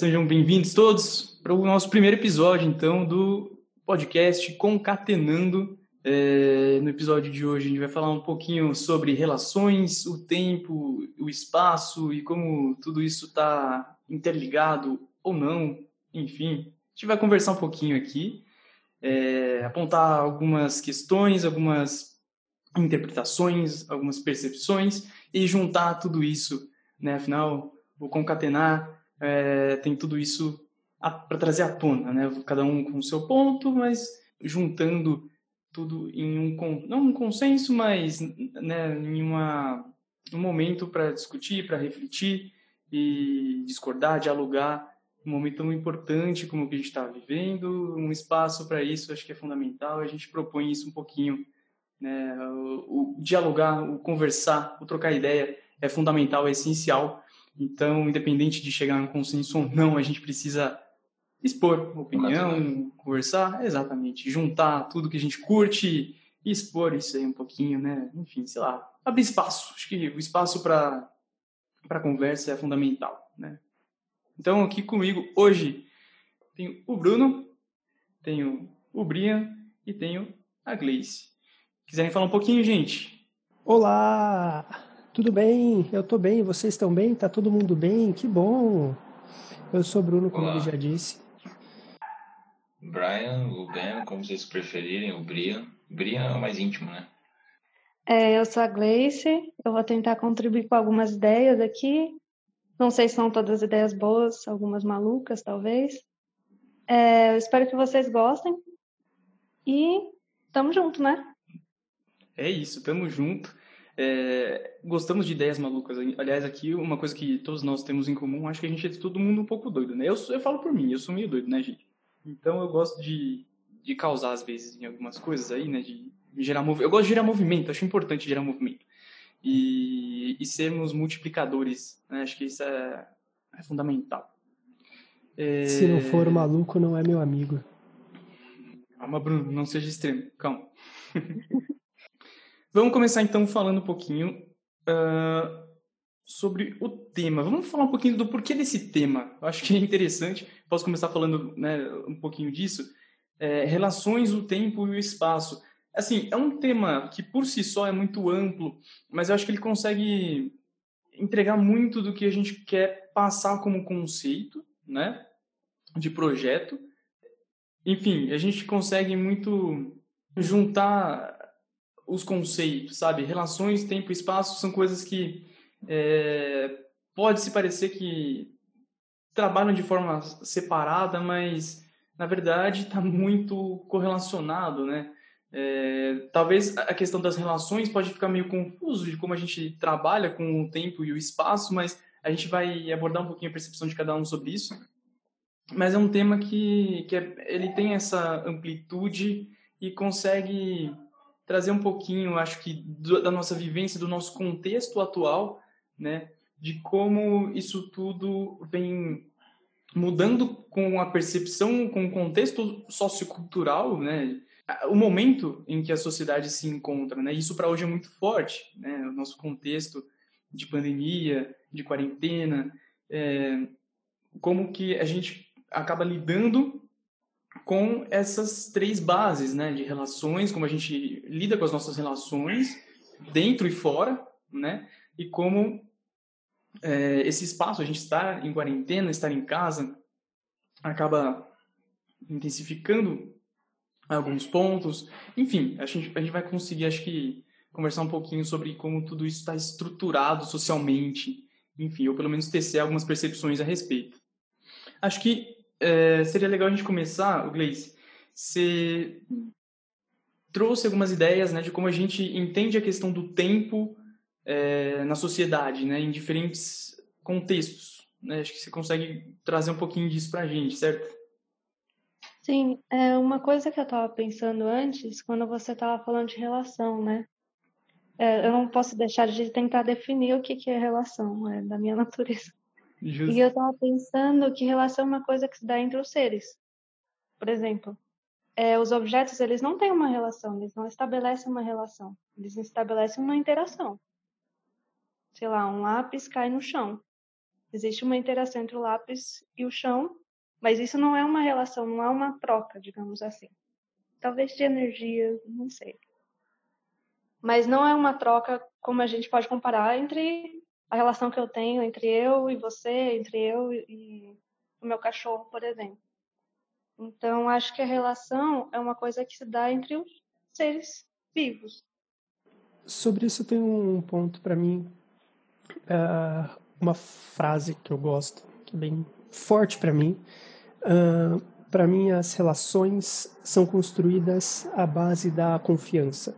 Sejam bem-vindos todos para o nosso primeiro episódio, então, do podcast Concatenando. No episódio de hoje, a gente vai falar um pouquinho sobre relações, o tempo, o espaço e como tudo isso está interligado ou não. Enfim, a gente vai conversar um pouquinho aqui, apontar algumas questões, algumas interpretações, algumas percepções e juntar tudo isso, né? Afinal, o concatenar tem tudo isso para trazer à tona, né? Cada um com o seu ponto, mas juntando tudo em não um consenso, mas, né, em um momento para discutir, para refletir e discordar, dialogar. Um momento tão importante como o que a gente está vivendo, um espaço para isso, acho que é fundamental. A gente propõe isso um pouquinho, né? O dialogar, o conversar, o trocar ideia é fundamental, é essencial. Então, independente de chegar a um consenso ou não, a gente precisa expor opinião, conversar, exatamente, juntar tudo que a gente curte e expor isso aí um pouquinho, né? Enfim, sei lá, abrir espaço. Acho que o espaço para conversa é fundamental, né? Então, aqui comigo hoje tenho o Bruno, tenho o Brian e tenho a Gleice. Quiserem falar um pouquinho, gente? Olá! Tudo bem? Eu tô bem, vocês estão bem? Tá todo mundo bem? Que bom! Eu sou o Bruno, como ele já disse. Brian, o Ben, como vocês preferirem, o Brian. Brian é o mais íntimo, né? Eu sou a Gleice, eu vou tentar contribuir com algumas ideias aqui. Não sei se são todas ideias boas, algumas malucas, talvez. Eu espero que vocês gostem. E tamo junto, né? É isso, tamo junto. Gostamos de ideias malucas. Aliás, aqui uma coisa que todos nós temos em comum, acho que a gente é todo mundo um pouco doido, né? Eu falo por mim, eu sou meio doido, né, gente? Então eu gosto de causar, às vezes, em algumas coisas aí, né? De gerar movimento. Eu gosto de gerar movimento, acho importante gerar movimento. E sermos multiplicadores, né? Acho que isso é fundamental. Se não for maluco, não é meu amigo. Calma, Bruno, não seja extremo, calma. Vamos começar então falando um pouquinho sobre o tema. Vamos falar um pouquinho do porquê desse tema. Eu acho que é interessante. Posso começar falando, né, um pouquinho disso? Relações, o tempo e o espaço. Assim, é um tema que por si só é muito amplo, mas eu acho que ele consegue entregar muito do que a gente quer passar como conceito, né, de projeto. Enfim, a gente consegue muito juntar os conceitos, sabe? Relações, tempo e espaço são coisas que pode se parecer que trabalham de forma separada, mas na verdade está muito correlacionado, né? Talvez a questão das relações pode ficar meio confuso de como a gente trabalha com o tempo e o espaço, mas a gente vai abordar um pouquinho a percepção de cada um sobre isso. Mas é um tema que ele tem essa amplitude e consegue trazer um pouquinho, acho que, da nossa vivência, do nosso contexto atual, né? De como isso tudo vem mudando com a percepção, com o contexto sociocultural, né? O momento em que a sociedade se encontra, né? Isso para hoje é muito forte, né? O nosso contexto de pandemia, de quarentena, como que a gente acaba lidando com essas três bases, né, de relações, como a gente lida com as nossas relações dentro e fora, né, e como esse espaço, a gente estar em quarentena, estar em casa, acaba intensificando alguns pontos. Enfim, a gente vai conseguir, acho que, conversar um pouquinho sobre como tudo isso está estruturado socialmente, enfim, ou pelo menos tecer algumas percepções a respeito. Acho que seria legal a gente começar, Gleice. Você trouxe algumas ideias, né, de como a gente entende a questão do tempo na sociedade, né, em diferentes contextos. Né? Acho que você consegue trazer um pouquinho disso para a gente, certo? Sim, uma coisa que eu estava pensando antes, quando você estava falando de relação, né? Eu não posso deixar de tentar definir o que é relação, da minha natureza. Justo. E eu estava pensando que relação é uma coisa que se dá entre os seres. Por exemplo, os objetos, eles não têm uma relação, eles não estabelecem uma relação, eles estabelecem uma interação. Sei lá, um lápis cai no chão. Existe uma interação entre o lápis e o chão, mas isso não é uma relação, não é uma troca, digamos assim. Talvez de energia, não sei. Mas não é uma troca como a gente pode comparar entre a relação que eu tenho entre eu e você, entre eu e o meu cachorro, por exemplo. Então, acho que a relação é uma coisa que se dá entre os seres vivos. Sobre isso tem um ponto para mim, uma frase que eu gosto, que é bem forte para mim. Para mim, as relações são construídas à base da confiança.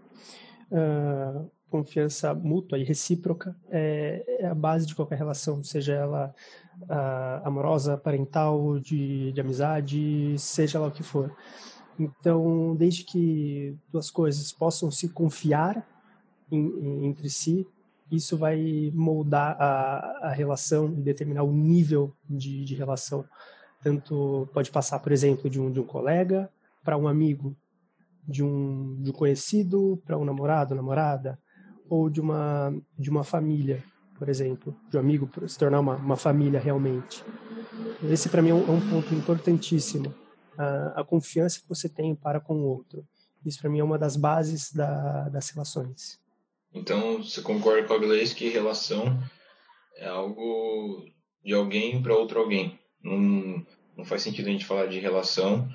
Confiança mútua e recíproca é a base de qualquer relação, seja ela amorosa, parental, de amizade, seja lá o que for. Então, desde que duas coisas possam se confiar entre si, isso vai moldar a relação e determinar o nível de relação. Tanto pode passar, por exemplo, de um colega para um amigo, de um conhecido para um namorado, namorada, ou de uma família, por exemplo, de um amigo para se tornar uma família realmente. Esse para mim é um ponto importantíssimo, a confiança que você tem para com o outro. Isso para mim é uma das bases das relações. Então, você concorda com a Gleice que relação é algo de alguém para outro alguém. Não faz sentido a gente falar de relação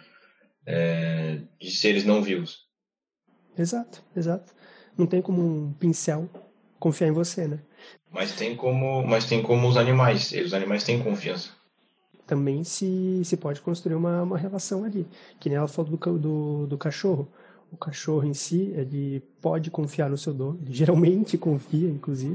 de seres não vivos. Exato. Não tem como um pincel confiar em você, né? Mas tem como os animais. Os animais têm confiança. Também se pode construir uma relação ali. Que nem ela falou do cachorro. O cachorro em si, ele pode confiar no seu dono, ele geralmente confia, inclusive,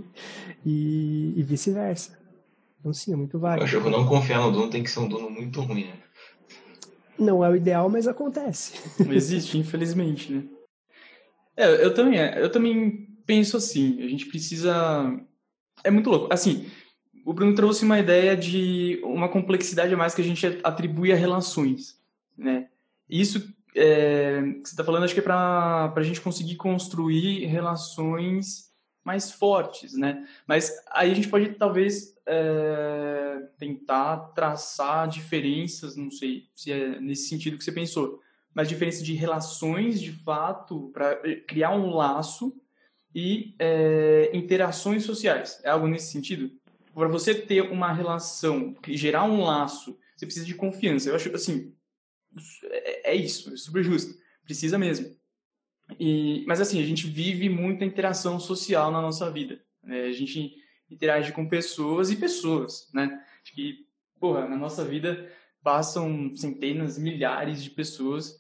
e vice-versa. Então, sim, é muito válido. O cachorro não confiar no dono tem que ser um dono muito ruim, né? Não é o ideal, mas acontece. Não existe, infelizmente, né? Eu também penso assim, a gente precisa... É muito louco. Assim, o Bruno trouxe uma ideia de uma complexidade a mais que a gente atribui a relações, né? Isso que você está falando, acho que é para a gente conseguir construir relações mais fortes, né? Mas aí a gente pode, talvez, tentar traçar diferenças, não sei se é nesse sentido que você pensou, mas diferença de relações, de fato, para criar um laço e interações sociais. É algo nesse sentido? Para você ter uma relação, gerar um laço, você precisa de confiança. Eu acho, assim, é isso, é super justo. Precisa mesmo. Mas, assim, a gente vive muita interação social na nossa vida. Né? A gente interage com pessoas e pessoas, né? Acho que, na nossa vida passam centenas, milhares de pessoas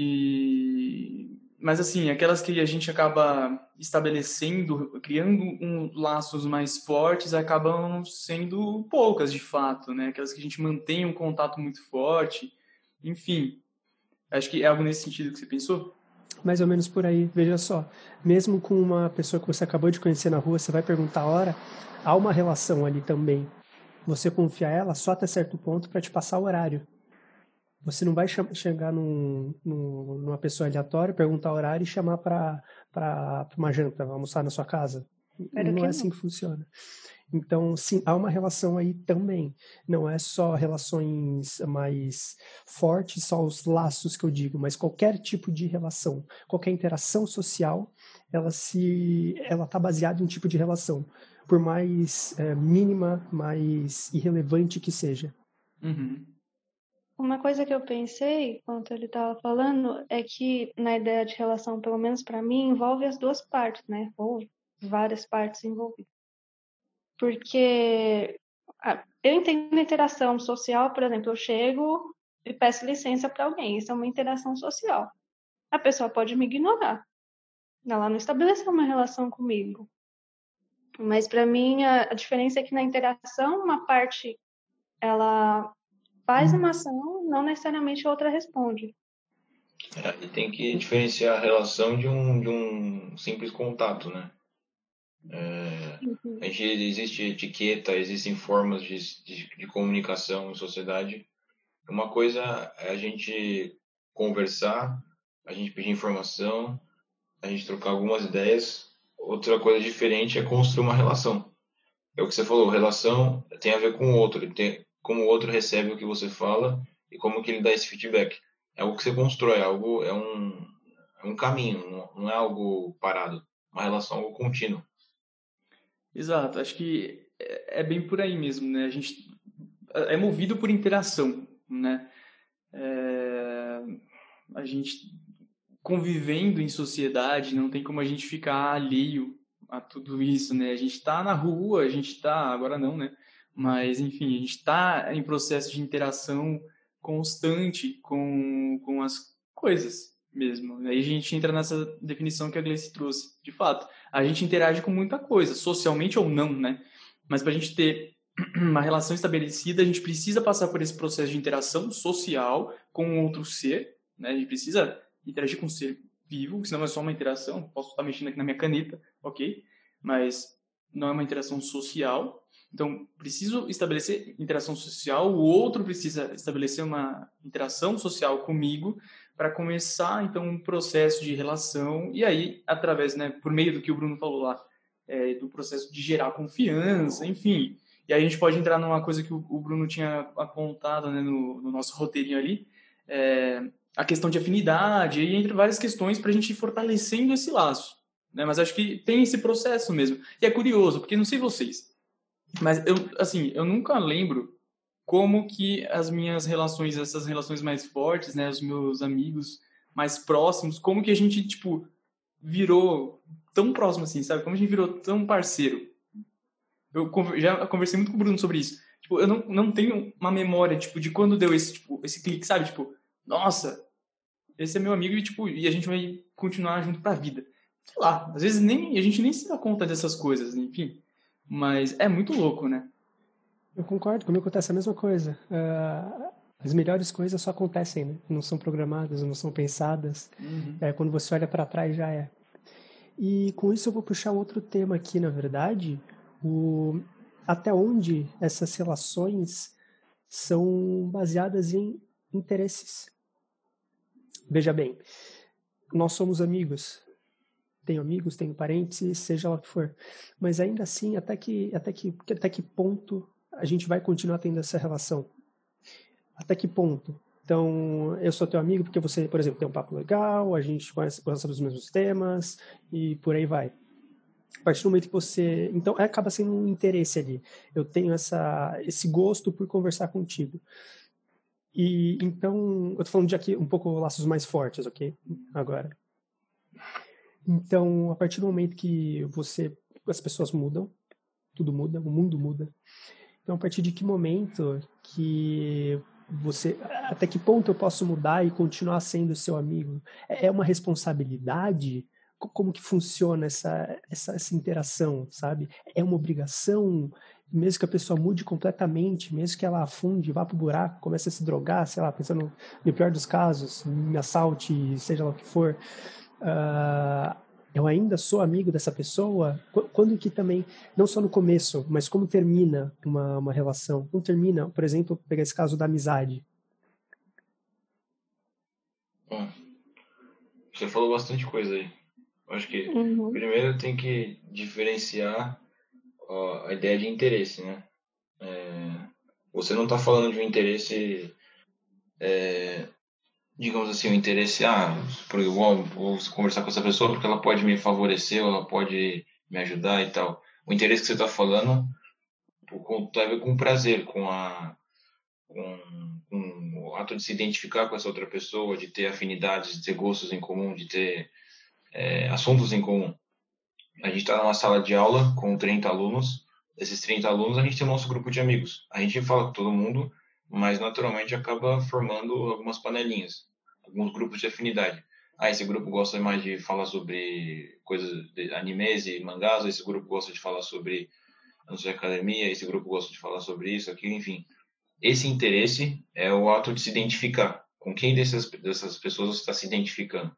mas, assim, aquelas que a gente acaba estabelecendo, criando laços mais fortes, acabam sendo poucas, de fato, né? Aquelas que a gente mantém um contato muito forte. Enfim, acho que é algo nesse sentido que você pensou? Mais ou menos por aí, veja só. Mesmo com uma pessoa que você acabou de conhecer na rua, você vai perguntar a hora, há uma relação ali também. Você confia ela só até certo ponto para te passar o horário. Você não vai chegar numa pessoa aleatória, perguntar o horário e chamar para uma janta, para almoçar na sua casa. Não é assim que funciona. Então, sim, há uma relação aí também. Não é só relações mais fortes, só os laços que eu digo, mas qualquer tipo de relação, qualquer interação social, ela está baseada em um tipo de relação, por mais mínima, mais irrelevante que seja. Uhum. Uma coisa que eu pensei, enquanto ele estava falando, é que na ideia de relação, pelo menos para mim, envolve as duas partes, né? Ou várias partes envolvidas. Porque eu entendo interação social, por exemplo, eu chego e peço licença para alguém, isso é uma interação social. A pessoa pode me ignorar, ela não estabeleceu uma relação comigo. Mas para mim a diferença é que na interação uma parte ela faz uma ação, não necessariamente a outra responde. E tem que diferenciar a relação de um simples contato, né? Existe etiqueta, existem formas de comunicação em sociedade. Uma coisa é a gente conversar, a gente pedir informação, a gente trocar algumas ideias. Outra coisa diferente é construir uma relação. É o que você falou, relação tem a ver com o outro, como o outro recebe o que você fala e como que ele dá esse feedback. É algo que você constrói, é um caminho, não é algo parado, uma relação, algo contínuo. Exato, acho que é bem por aí mesmo, né? A gente é movido por interação, né? A gente convivendo em sociedade, não tem como a gente ficar alheio a tudo isso, né? A gente está na rua, a gente está, agora não, né? Mas, enfim, a gente está em processo de interação constante com as coisas mesmo. Aí a gente entra nessa definição que a Gleice trouxe. De fato, a gente interage com muita coisa, socialmente ou não, né? Mas para a gente ter uma relação estabelecida, a gente precisa passar por esse processo de interação social com outro ser, né? A gente precisa interagir com um ser vivo, senão é só uma interação. Posso estar mexendo aqui na minha caneta, ok? Mas não é uma interação social. Então, preciso estabelecer interação social, o outro precisa estabelecer uma interação social comigo para começar, então, um processo de relação. E aí, através, né, por meio do que o Bruno falou lá, do processo de gerar confiança, enfim. E aí a gente pode entrar numa coisa que o Bruno tinha apontado, né, no nosso roteirinho ali, a questão de afinidade, e entre várias questões para a gente ir fortalecendo esse laço. Né? Mas acho que tem esse processo mesmo. E é curioso, porque não sei vocês, mas eu nunca lembro como que as minhas relações, essas relações mais fortes, né, os meus amigos mais próximos, como que a gente, tipo, virou tão próximo assim, sabe? Como a gente virou tão parceiro. Eu já conversei muito com o Bruno sobre isso. Tipo, eu não tenho uma memória, tipo, de quando deu esse clique, sabe? Tipo, nossa, esse é meu amigo e, tipo, e a gente vai continuar junto pra vida. Sei lá, às vezes a gente nem se dá conta dessas coisas, enfim. Mas é muito louco, né? Eu concordo, comigo acontece a mesma coisa. As melhores coisas só acontecem, né? Não são programadas, não são pensadas. Uhum. Quando você olha para trás, já é. E com isso eu vou puxar outro tema aqui, na verdade. Até onde essas relações são baseadas em interesses. Veja bem, nós somos amigos. Tenho amigos, tenho parentes, seja lá o que for. Mas ainda assim, até que ponto a gente vai continuar tendo essa relação? Até que ponto? Então, eu sou teu amigo porque você, por exemplo, tem um papo legal, a gente gosta dos mesmos temas e por aí vai. A partir do momento que você... Então, acaba sendo um interesse ali. Eu tenho esse gosto por conversar contigo. E então, eu tô falando de aqui um pouco laços mais fortes, ok? Agora. Então, a partir do momento que as pessoas mudam, tudo muda, o mundo muda. Então, a partir de que momento que até que ponto eu posso mudar e continuar sendo seu amigo? É uma responsabilidade? Como que funciona essa interação, sabe? É uma obrigação? Mesmo que a pessoa mude completamente, mesmo que ela afunde, vá pro buraco, comece a se drogar, sei lá, pensando no pior dos casos, me assalte, seja lá o que for, eu ainda sou amigo dessa pessoa? Quando que também, não só no começo, mas como termina uma relação? Como termina, por exemplo, pegar esse caso da amizade. Bom, você falou bastante coisa aí. Eu acho que primeiro tem que diferenciar a ideia de interesse, né? Você não está falando de um interesse, digamos assim, um interesse, por igual, vou conversar com essa pessoa porque ela pode me favorecer, ou ela pode me ajudar e tal. O interesse que você está falando tem a ver com prazer, com o ato de se identificar com essa outra pessoa, de ter afinidades, de ter gostos em comum, de ter assuntos em comum. A gente está numa sala de aula com 30 alunos. Desses 30 alunos, a gente tem o nosso grupo de amigos. A gente fala com todo mundo, mas naturalmente acaba formando algumas panelinhas, alguns grupos de afinidade. Esse grupo gosta mais de falar sobre coisas de animes e mangás, esse grupo gosta de falar sobre academia, esse grupo gosta de falar sobre isso, aquilo, enfim. Esse interesse é o ato de se identificar. Com quem dessas pessoas você está se identificando?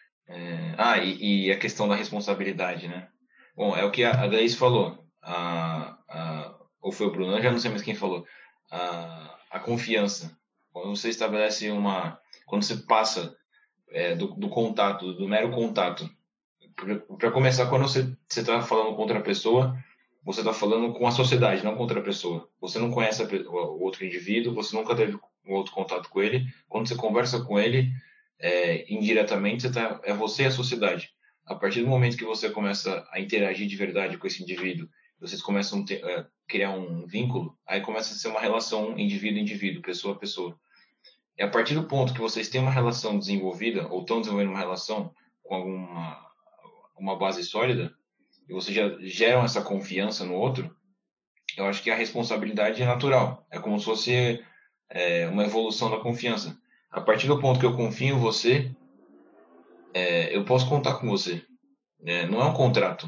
E a questão da responsabilidade, né? Bom, é o que a Gleice falou. Ou foi o Bruno, eu já não sei mais quem falou. A confiança. Quando você estabelece quando você passa do contato, do mero contato. Para começar, quando você está falando com outra pessoa, você está falando com a sociedade, não com outra pessoa. Você não conhece o outro indivíduo, você nunca teve um outro contato com ele. Quando você conversa com ele, indiretamente, é você e a sociedade. A partir do momento que você começa a interagir de verdade com esse indivíduo, vocês começam a criar um vínculo, aí começa a ser uma relação indivíduo-indivíduo, pessoa-pessoa. E a partir do ponto que vocês têm uma relação desenvolvida, ou estão desenvolvendo uma relação com uma base sólida, e vocês já geram essa confiança no outro, eu acho que a responsabilidade é natural. É como se fosse uma evolução da confiança. A partir do ponto que eu confio em você, eu posso contar com você. Não é um contrato.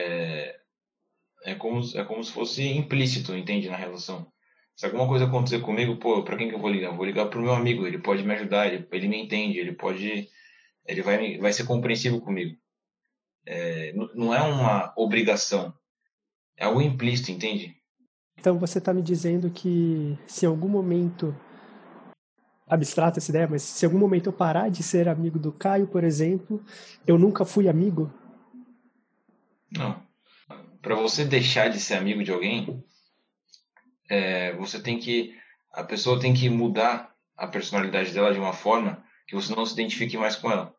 É como se fosse implícito, entende, na relação. Se alguma coisa acontecer comigo, para quem que eu vou ligar? Eu vou ligar pro meu amigo, ele pode me ajudar, ele me entende, ele vai ser compreensivo comigo. Não é uma obrigação, é algo implícito, entende? Então você está me dizendo que se em algum momento, abstrata essa ideia, mas se em algum momento eu parar de ser amigo do Caio, por exemplo, eu nunca fui amigo? Não. Para você deixar de ser amigo de alguém, a pessoa tem que mudar a personalidade dela de uma forma que você não se identifique mais com ela.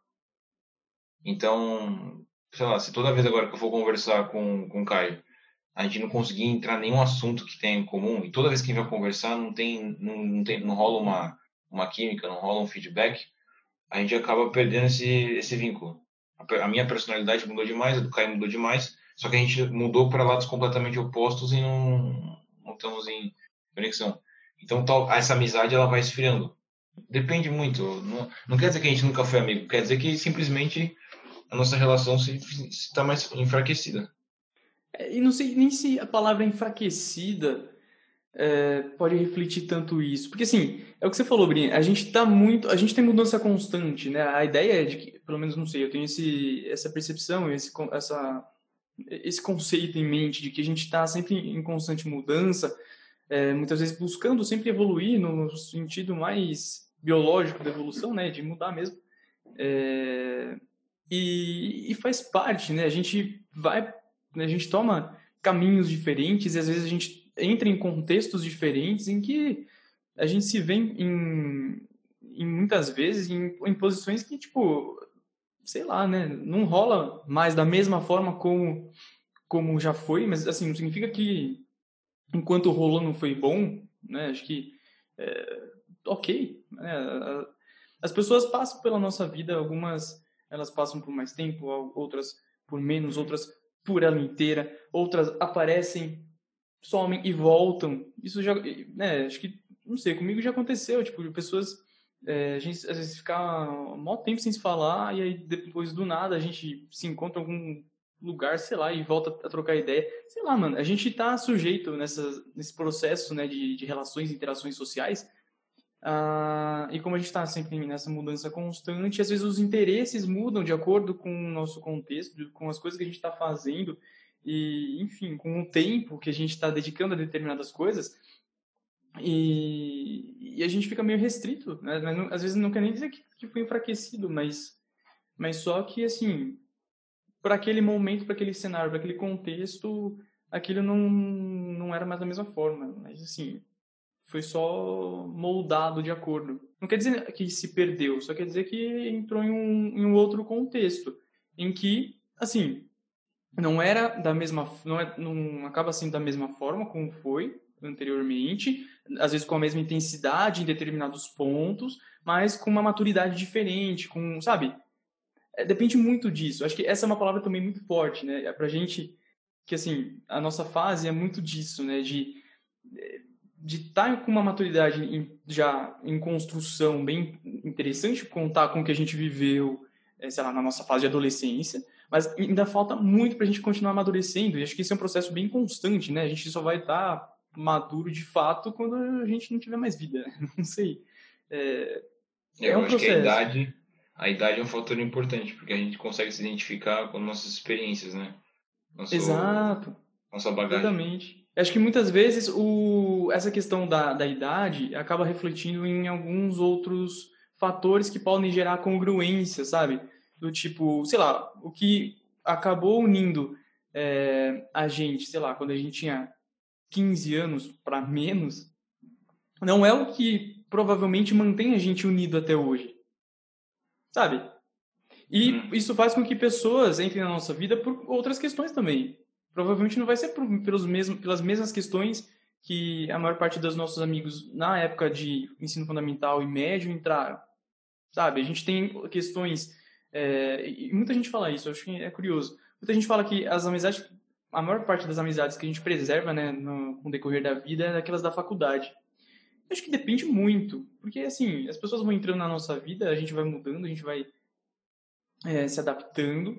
Então, sei lá, se toda vez agora que eu for conversar com o Caio, a gente não conseguir entrar em nenhum assunto que tenha em comum, e toda vez que a gente vai conversar não rola uma química, não rola um feedback, a gente acaba perdendo esse vínculo. A minha personalidade mudou demais, a do Caio mudou demais, só que a gente mudou para lados completamente opostos e não estamos em conexão. Então, essa amizade ela vai esfriando. Depende muito. Não quer dizer que a gente nunca foi amigo, quer dizer que simplesmente a nossa relação está mais enfraquecida. E não sei nem se a palavra enfraquecida pode refletir tanto isso. Porque, assim, é o que você falou, Brin, a gente tem mudança constante, né? A ideia é de que, pelo menos, não sei, eu tenho essa percepção, esse conceito em mente de que a gente está sempre em constante mudança, muitas vezes buscando sempre evoluir no sentido mais biológico da evolução, né? De mudar mesmo. E faz parte, né? A gente toma caminhos diferentes e às vezes a gente entra em contextos diferentes em que a gente se vê em muitas vezes em posições que, tipo, sei lá, né? Não rola mais da mesma forma como já foi, mas assim, não significa que enquanto rolou não foi bom, né? Acho que ok, né? As pessoas passam pela nossa vida, algumas elas passam por mais tempo, outras por menos, outras por ela inteira, outras aparecem, somem e voltam. Isso já, né, acho que, não sei, comigo já aconteceu, tipo, de pessoas, a gente às vezes ficar um maior tempo sem se falar e aí depois do nada a gente se encontra em algum lugar, sei lá, e volta a trocar ideia. Sei lá, mano, a gente tá sujeito nesse processo, né, de relações e interações sociais. E como a gente está sempre nessa mudança constante, às vezes os interesses mudam de acordo com o nosso contexto, com as coisas que a gente está fazendo e, enfim, com o tempo que a gente está dedicando a determinadas coisas e a gente fica meio restrito, né? Mas às vezes não quer nem dizer que foi enfraquecido, mas só que, assim, para aquele momento, para aquele cenário, para aquele contexto, aquilo não era mais da mesma forma, mas, assim, foi só moldado de acordo. Não quer dizer que se perdeu, só quer dizer que entrou em um outro contexto, em que, assim, não era da mesma, não acaba sendo da mesma forma como foi anteriormente, às vezes com a mesma intensidade em determinados pontos, mas com uma maturidade diferente, sabe? Depende muito disso. Acho que essa é uma palavra também muito forte, né? Pra gente, que assim, a nossa fase é muito disso, né? De estar com uma maturidade já em construção bem interessante, contar com o que a gente viveu, sei lá, na nossa fase de adolescência, mas ainda falta muito para a gente continuar amadurecendo, e acho que esse é um processo bem constante, né? A gente só vai estar maduro de fato quando a gente não tiver mais vida, não sei. Eu acho que a idade é um fator importante, porque a gente consegue se identificar com nossas experiências, né? Exato. Nossa bagagem. Exatamente. Acho que muitas vezes essa questão da idade acaba refletindo em alguns outros fatores que podem gerar congruência, sabe? Do tipo, sei lá, o que acabou unindo a gente, sei lá, quando a gente tinha 15 anos para menos, não é o que provavelmente mantém a gente unido até hoje, sabe? E isso faz com que pessoas entrem na nossa vida por outras questões também. Provavelmente não vai ser pelas mesmas questões que a maior parte dos nossos amigos na época de ensino fundamental e médio entraram, sabe? A gente tem questões, e muita gente fala isso, eu acho que é curioso. Muita gente fala que as amizades, a maior parte das amizades que a gente preserva, né, no decorrer da vida é daquelas da faculdade. Eu acho que depende muito, porque assim, as pessoas vão entrando na nossa vida, a gente vai mudando, a gente vai se adaptando,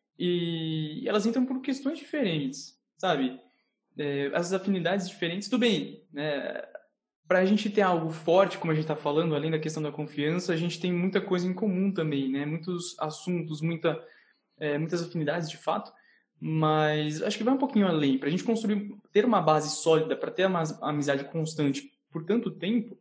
e elas entram por questões diferentes, sabe? As afinidades diferentes, tudo bem, né? Para a gente ter algo forte, como a gente está falando, além da questão da confiança, a gente tem muita coisa em comum também, né? Muitos assuntos, muitas afinidades de fato, mas acho que vai um pouquinho além. Para a gente construir, ter uma base sólida, para ter uma amizade constante por tanto tempo,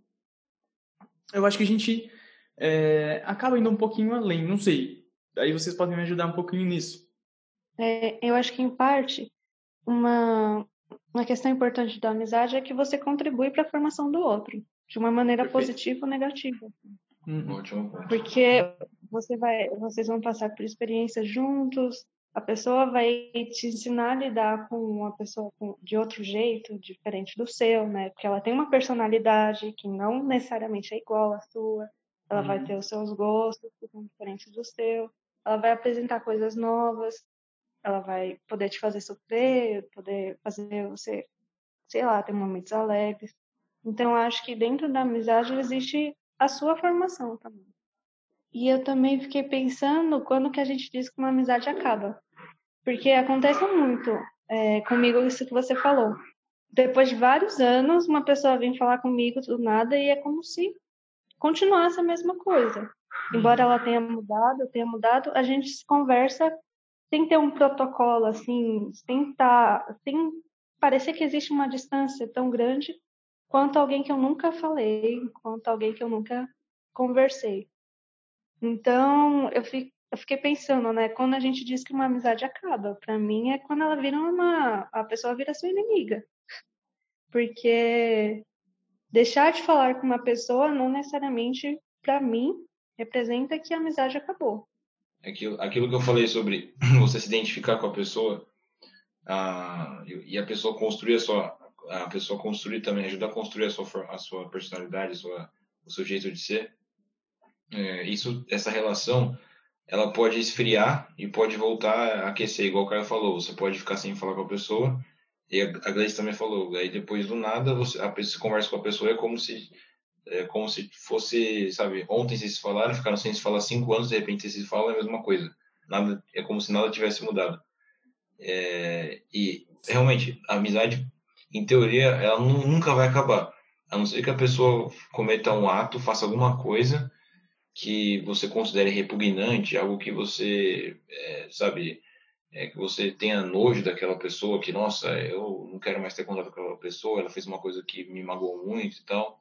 eu acho que a gente acaba indo um pouquinho além, não sei. Aí vocês podem me ajudar um pouquinho nisso. Eu acho que, em parte, uma questão importante da amizade é que você contribui para a formação do outro, de uma maneira positiva ou negativa. Ótimo ponto. Porque vocês vão passar por experiências juntos, a pessoa vai te ensinar a lidar com uma pessoa de outro jeito, diferente do seu, né? Porque ela tem uma personalidade que não necessariamente é igual à sua, ela vai ter os seus gostos que são diferentes do seu, ela vai apresentar coisas novas, ela vai poder te fazer sofrer, poder fazer você, sei lá, ter momentos alegres. Então, eu acho que dentro da amizade existe a sua formação também. E eu também fiquei pensando quando que a gente diz que uma amizade acaba. Porque acontece muito comigo isso que você falou. Depois de vários anos, uma pessoa vem falar comigo do nada e é como se continuasse a mesma coisa. Embora ela tenha mudado, eu tenha mudado, a gente se conversa sem ter um protocolo, assim, sem parecer que existe uma distância tão grande quanto alguém que eu nunca falei, quanto alguém que eu nunca conversei. Então, eu fiquei pensando, né, quando a gente diz que uma amizade acaba, para mim é quando ela vira a pessoa vira sua inimiga. Porque deixar de falar com uma pessoa não necessariamente, para mim, representa que a amizade acabou. Aquilo que eu falei sobre você se identificar com a pessoa e a pessoa construir a pessoa construir também, ajudar a construir a sua personalidade, o seu jeito de ser. Essa relação, ela pode esfriar e pode voltar a aquecer, igual o cara falou. Você pode ficar sem falar com a pessoa, e a Gleice também falou. Aí depois do nada, você conversa com a pessoa, é como se fosse, sabe, ontem vocês se falaram, ficaram sem se falar 5 anos, de repente vocês se falam, é a mesma coisa. É como se nada tivesse mudado. E realmente, a amizade, em teoria, ela nunca vai acabar. A não ser que a pessoa cometa um ato, faça alguma coisa que você considere repugnante, algo que você, que você tenha nojo daquela pessoa, que, nossa, eu não quero mais ter contato com aquela pessoa, ela fez uma coisa que me magoou muito e tal.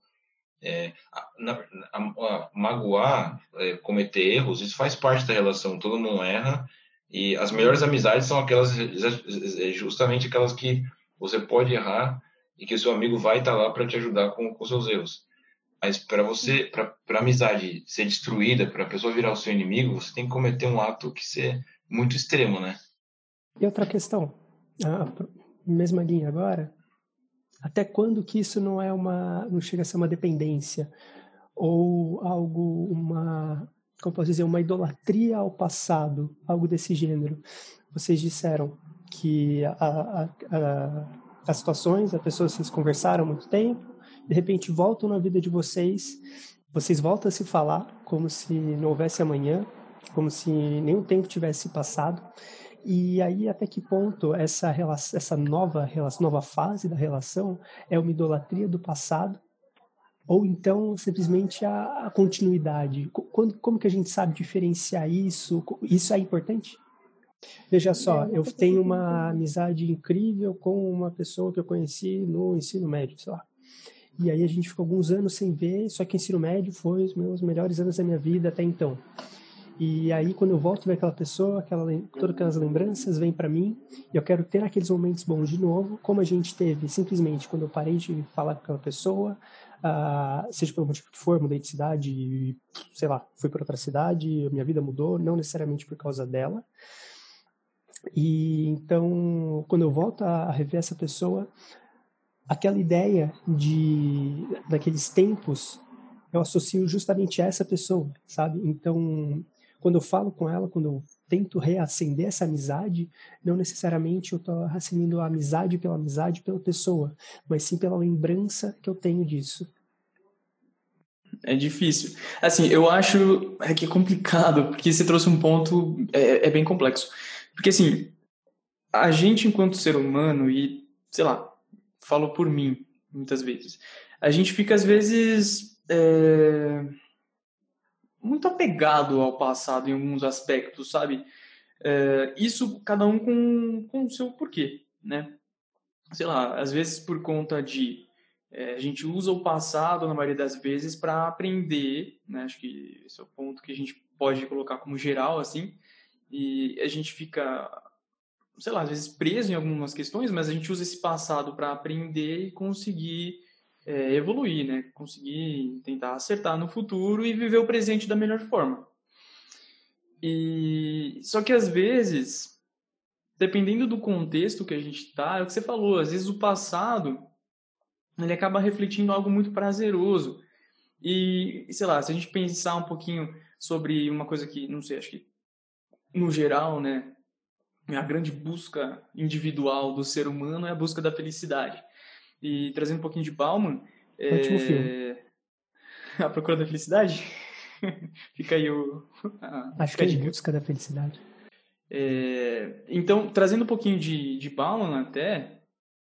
Magoar, cometer erros, isso faz parte da relação, todo mundo erra, e as melhores amizades são justamente aquelas que você pode errar e que o seu amigo vai estar lá para te ajudar com seus erros. Mas para a amizade ser destruída, para a pessoa virar o seu inimigo, você tem que cometer um ato que ser muito extremo, né? E outra questão, mesma linha agora, até quando que isso não chega a ser uma dependência ou algo, como posso dizer, uma idolatria ao passado, algo desse gênero? Vocês disseram que as situações, as pessoas vocês conversaram há muito tempo, de repente voltam na vida de vocês voltam a se falar como se não houvesse amanhã, como se nenhum tempo tivesse passado. E aí, até que ponto essa nova fase da relação é uma idolatria do passado ou então simplesmente a continuidade? Como que a gente sabe diferenciar isso? Isso é importante? Veja só, eu tenho uma amizade incrível com uma pessoa que eu conheci no ensino médio, sei lá. E aí a gente ficou alguns anos sem ver, só que o ensino médio foi os meus melhores anos da minha vida até então. E aí, quando eu volto a ver aquela pessoa, todas aquelas lembranças vêm para mim, e eu quero ter aqueles momentos bons de novo, como a gente teve simplesmente quando eu parei de falar com aquela pessoa, seja pelo motivo que for, mudei de cidade, sei lá, fui para outra cidade, minha vida mudou, não necessariamente por causa dela. E então, quando eu volto a rever essa pessoa, aquela ideia daqueles tempos, eu associo justamente a essa pessoa, sabe? Então, quando eu falo com ela, quando eu tento reacender essa amizade, não necessariamente eu estou reacendendo a amizade pela pessoa, mas sim pela lembrança que eu tenho disso. É difícil. Assim, eu acho que é complicado, porque você trouxe um ponto, é bem complexo. Porque, assim, a gente, enquanto ser humano, e, sei lá, falo por mim, muitas vezes, a gente fica, às vezes, muito apegado ao passado em alguns aspectos, sabe? Isso, cada um com o seu porquê, né? Sei lá, às vezes por conta de... a gente usa o passado, na maioria das vezes, para aprender, né? Acho que esse é o ponto que a gente pode colocar como geral, assim, e a gente fica, sei lá, às vezes preso em algumas questões, mas a gente usa esse passado para aprender e conseguir evoluir, né? Conseguir tentar acertar no futuro e viver o presente da melhor forma. Só que às vezes, dependendo do contexto que a gente está, é o que você falou, às vezes o passado ele acaba refletindo algo muito prazeroso. E, sei lá, se a gente pensar um pouquinho sobre uma coisa que, não sei, acho que no geral, né, a grande busca individual do ser humano é a busca da felicidade. E trazendo um pouquinho de Bauman... Ótimo filme. A Procura da Felicidade? Fica aí Acho que é Em Busca da Felicidade. Então, trazendo um pouquinho de Bauman até,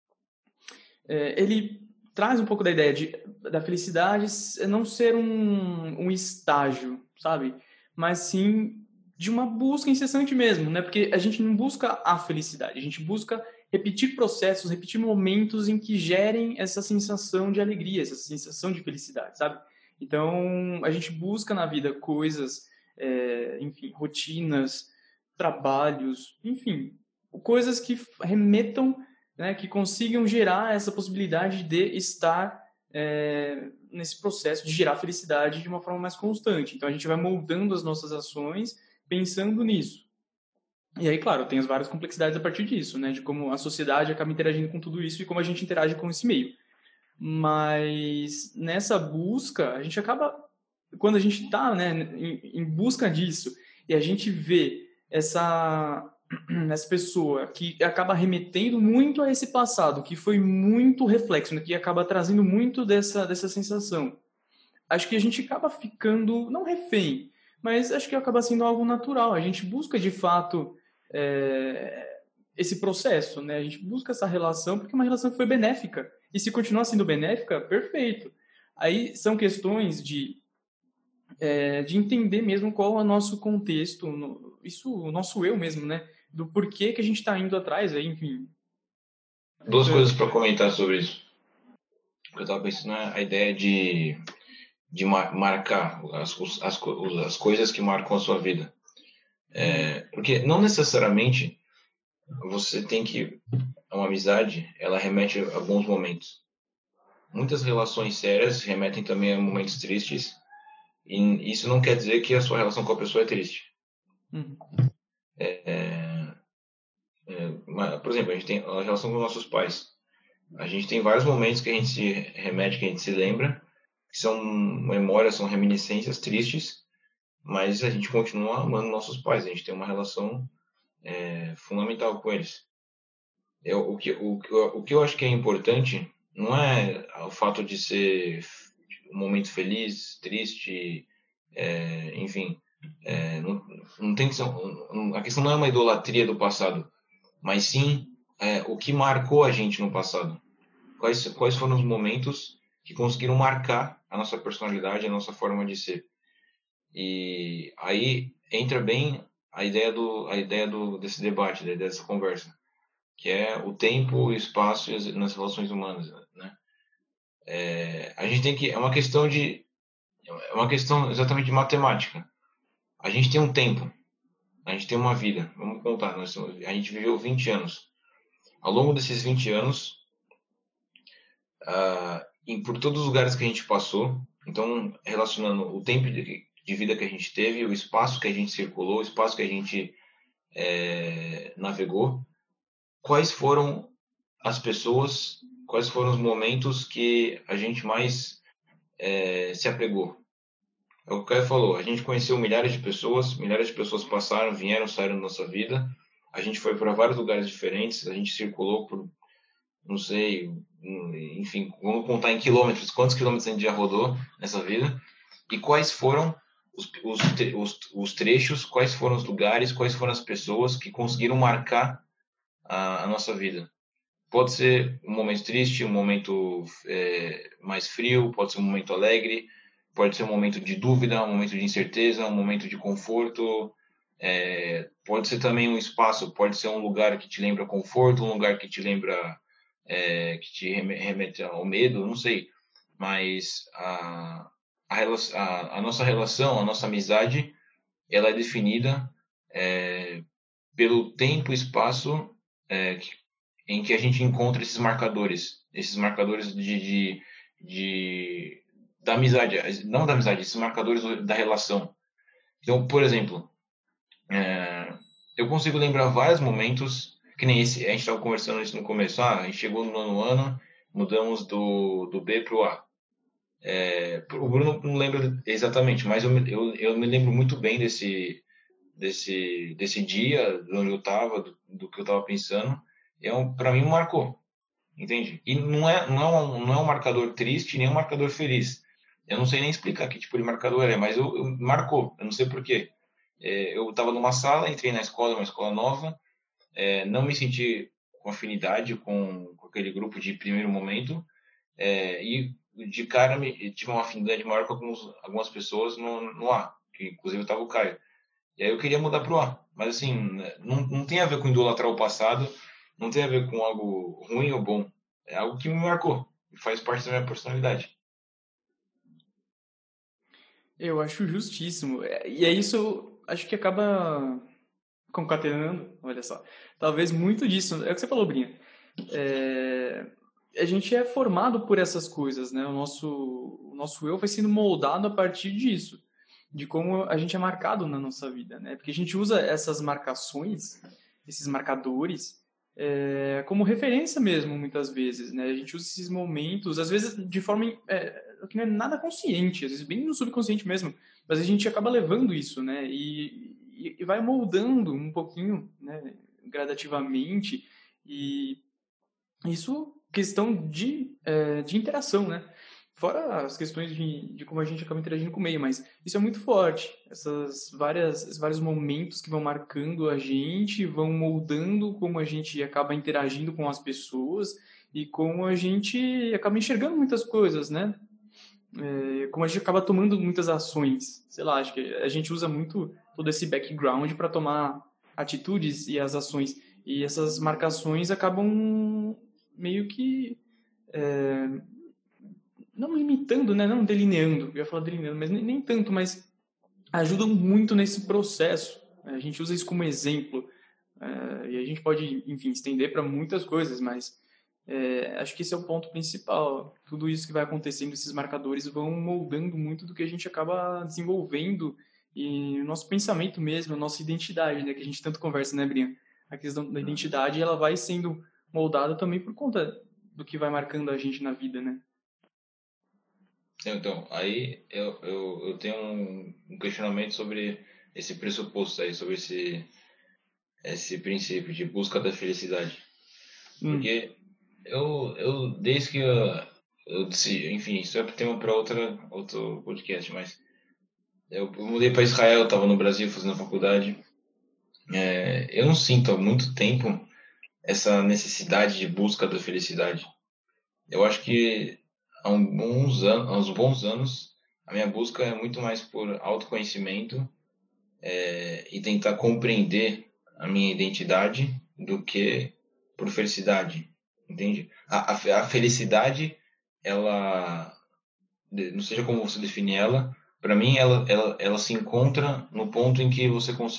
ele traz um pouco da ideia da felicidade não ser um estágio, sabe? Mas sim de uma busca incessante mesmo, né? Porque a gente não busca a felicidade, a gente busca repetir processos, repetir momentos em que gerem essa sensação de alegria, essa sensação de felicidade, sabe? Então, a gente busca na vida coisas, enfim, rotinas, trabalhos, enfim, coisas que remetam, né, que consigam gerar essa possibilidade de estar nesse processo de gerar felicidade de uma forma mais constante. Então, a gente vai moldando as nossas ações pensando nisso. E aí, claro, tem as várias complexidades a partir disso, né, de como a sociedade acaba interagindo com tudo isso e como a gente interage com esse meio. Mas nessa busca, a gente acaba, quando a gente está, né, em busca disso, e a gente vê essa pessoa que acaba remetendo muito a esse passado, que foi muito reflexo, né, que acaba trazendo muito dessa sensação. Acho que a gente acaba ficando, não refém, mas acho que acaba sendo algo natural. A gente busca, de fato, esse processo, né? A gente busca essa relação porque é uma relação que foi benéfica. E se continuar sendo benéfica, perfeito. Aí são questões de entender mesmo qual é o nosso contexto, o nosso eu mesmo, né? Do porquê que a gente está indo atrás, aí, enfim. Duas coisas para comentar sobre isso. Eu estava pensando a ideia de marcar as coisas que marcam a sua vida. Porque não necessariamente você tem que... Uma amizade, ela remete a bons momentos. Muitas relações sérias remetem também a momentos tristes. E isso não quer dizer que a sua relação com a pessoa é triste. Por exemplo, a gente tem a relação com nossos pais. A gente tem vários momentos que a gente se remete, que a gente se lembra, que são memórias, são reminiscências tristes, mas a gente continua amando nossos pais. A gente tem uma relação fundamental com eles. O que eu acho que é importante não é o fato de ser um momento feliz, triste, enfim. Não tem que ser, a questão não é uma idolatria do passado, mas sim o que marcou a gente no passado. Quais foram os momentos que conseguiram marcar a nossa personalidade, a nossa forma de ser. E aí entra bem a ideia desse debate, dessa conversa, que é o tempo, o espaço nas relações humanas, né? A gente tem que... É uma questão exatamente de matemática. a gente tem um tempo, a gente tem uma vida. Vamos contar, a gente viveu 20 anos. Ao longo desses 20 anos, por todos os lugares que a gente passou, então relacionando o tempo de vida que a gente teve, o espaço que a gente circulou, o espaço que a gente navegou, quais foram as pessoas, quais foram os momentos que a gente mais se apegou. É o que o Caio falou, a gente conheceu milhares de pessoas passaram, vieram, saíram da nossa vida, a gente foi para vários lugares diferentes, a gente circulou por, não sei, enfim, vamos contar em quilômetros, quantos quilômetros a gente já rodou nessa vida, e quais foram os trechos, quais foram os lugares, quais foram as pessoas que conseguiram marcar a nossa vida. Pode ser um momento triste, um momento mais frio, pode ser um momento alegre, pode ser um momento de dúvida, um momento de incerteza, um momento de conforto, pode ser também um espaço, pode ser um lugar que te lembra conforto, um lugar que te lembra, que te remete ao medo, não sei. Mas a nossa relação, a nossa amizade, ela é definida pelo tempo e espaço em que a gente encontra esses marcadores da amizade, não da amizade, esses marcadores da relação. Então, por exemplo, eu consigo lembrar vários momentos, que nem esse, a gente estava conversando isso no começo, a gente chegou no nono ano, mudamos do B para o A. O Bruno não lembra exatamente, mas eu me lembro muito bem desse dia, de onde eu estava, do que eu estava pensando. Para mim marcou, entende? E não é um marcador triste nem um marcador feliz. Eu não sei nem explicar que tipo de marcador é, mas marcou. Eu não sei por quê. Eu estava numa sala, entrei na escola, uma escola nova, não me senti com afinidade com aquele grupo de primeiro momento, e de cara tive uma afinidade maior com algumas pessoas no A, que inclusive estava o Caio. E aí eu queria mudar para o A, mas assim, não tem a ver com idolatrar o passado, não tem a ver com algo ruim ou bom, é algo que me marcou e faz parte da minha personalidade. Eu acho justíssimo. E é isso, acho que acaba concatenando, olha só. Talvez muito disso, é o que você falou, Brinha. A gente é formado por essas coisas, né? O nosso eu vai sendo moldado a partir disso, de como a gente é marcado na nossa vida, né? Porque a gente usa essas marcações, esses marcadores, como referência mesmo, muitas vezes, né? A gente usa esses momentos, às vezes de forma que não é nada consciente, às vezes bem no subconsciente mesmo, mas a gente acaba levando isso, né? E vai moldando um pouquinho, né? Gradativamente, e isso questão de interação, né? Fora as questões de como a gente acaba interagindo com o meio, mas isso é muito forte. Esses vários momentos que vão marcando a gente, vão moldando como a gente acaba interagindo com as pessoas e como a gente acaba enxergando muitas coisas, né? Como a gente acaba tomando muitas ações. Sei lá, acho que a gente usa muito todo esse background para tomar atitudes e as ações. E essas marcações acabam meio que não limitando, né? Não delineando, eu ia falar delineando, mas nem tanto, mas ajudam muito nesse processo. A gente usa isso como exemplo, e a gente pode, enfim, estender para muitas coisas, mas acho que esse é o ponto principal. Tudo isso que vai acontecendo, esses marcadores vão moldando muito do que a gente acaba desenvolvendo e o nosso pensamento mesmo, a nossa identidade, né? Que a gente tanto conversa, né, Brinha? A questão da identidade, ela vai sendo moldada também por conta do que vai marcando a gente na vida, né? Então, aí eu tenho um questionamento sobre esse pressuposto aí, sobre esse princípio de busca da felicidade. Porque desde que eu disse, enfim, isso é tema para outro podcast, mas eu mudei para Israel, eu estava no Brasil fazendo faculdade. Eu não sinto há muito tempo essa necessidade de busca da felicidade. Eu acho que há uns bons anos, a minha busca é muito mais por autoconhecimento e tentar compreender a minha identidade do que por felicidade, entende? A felicidade, ela, não seja como você define ela, para mim, ela se encontra no ponto em que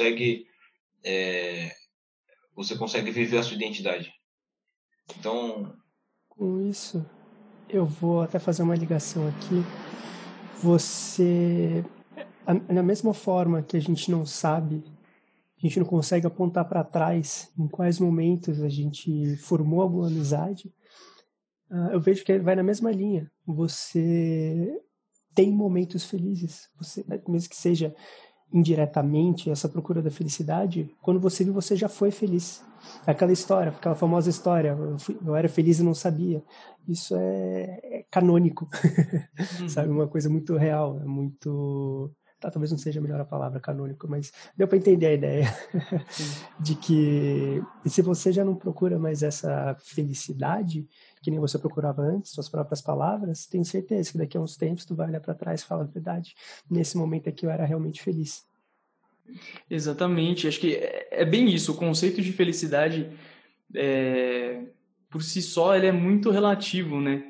você consegue viver a sua identidade. Então, Com isso, eu vou até fazer uma ligação aqui. Você, da mesma forma que a gente não sabe, a gente não consegue apontar para trás em quais momentos a gente formou alguma amizade, eu vejo que vai na mesma linha. Você tem momentos felizes, você, mesmo que seja indiretamente essa procura da felicidade, quando você viu, você já foi feliz. Aquela história, aquela famosa história, eu era feliz e não sabia. Isso é canônico, sabe? Uma coisa muito real, é muito... talvez não seja a melhor a palavra canônico, mas deu para entender a ideia de que se você já não procura mais essa felicidade, que nem você procurava antes, suas próprias palavras, tenho certeza que daqui a uns tempos tu vai olhar para trás e falar a verdade. Nesse momento aqui eu era realmente feliz. Exatamente, acho que é bem isso. O conceito de felicidade, por si só, ele é muito relativo, né?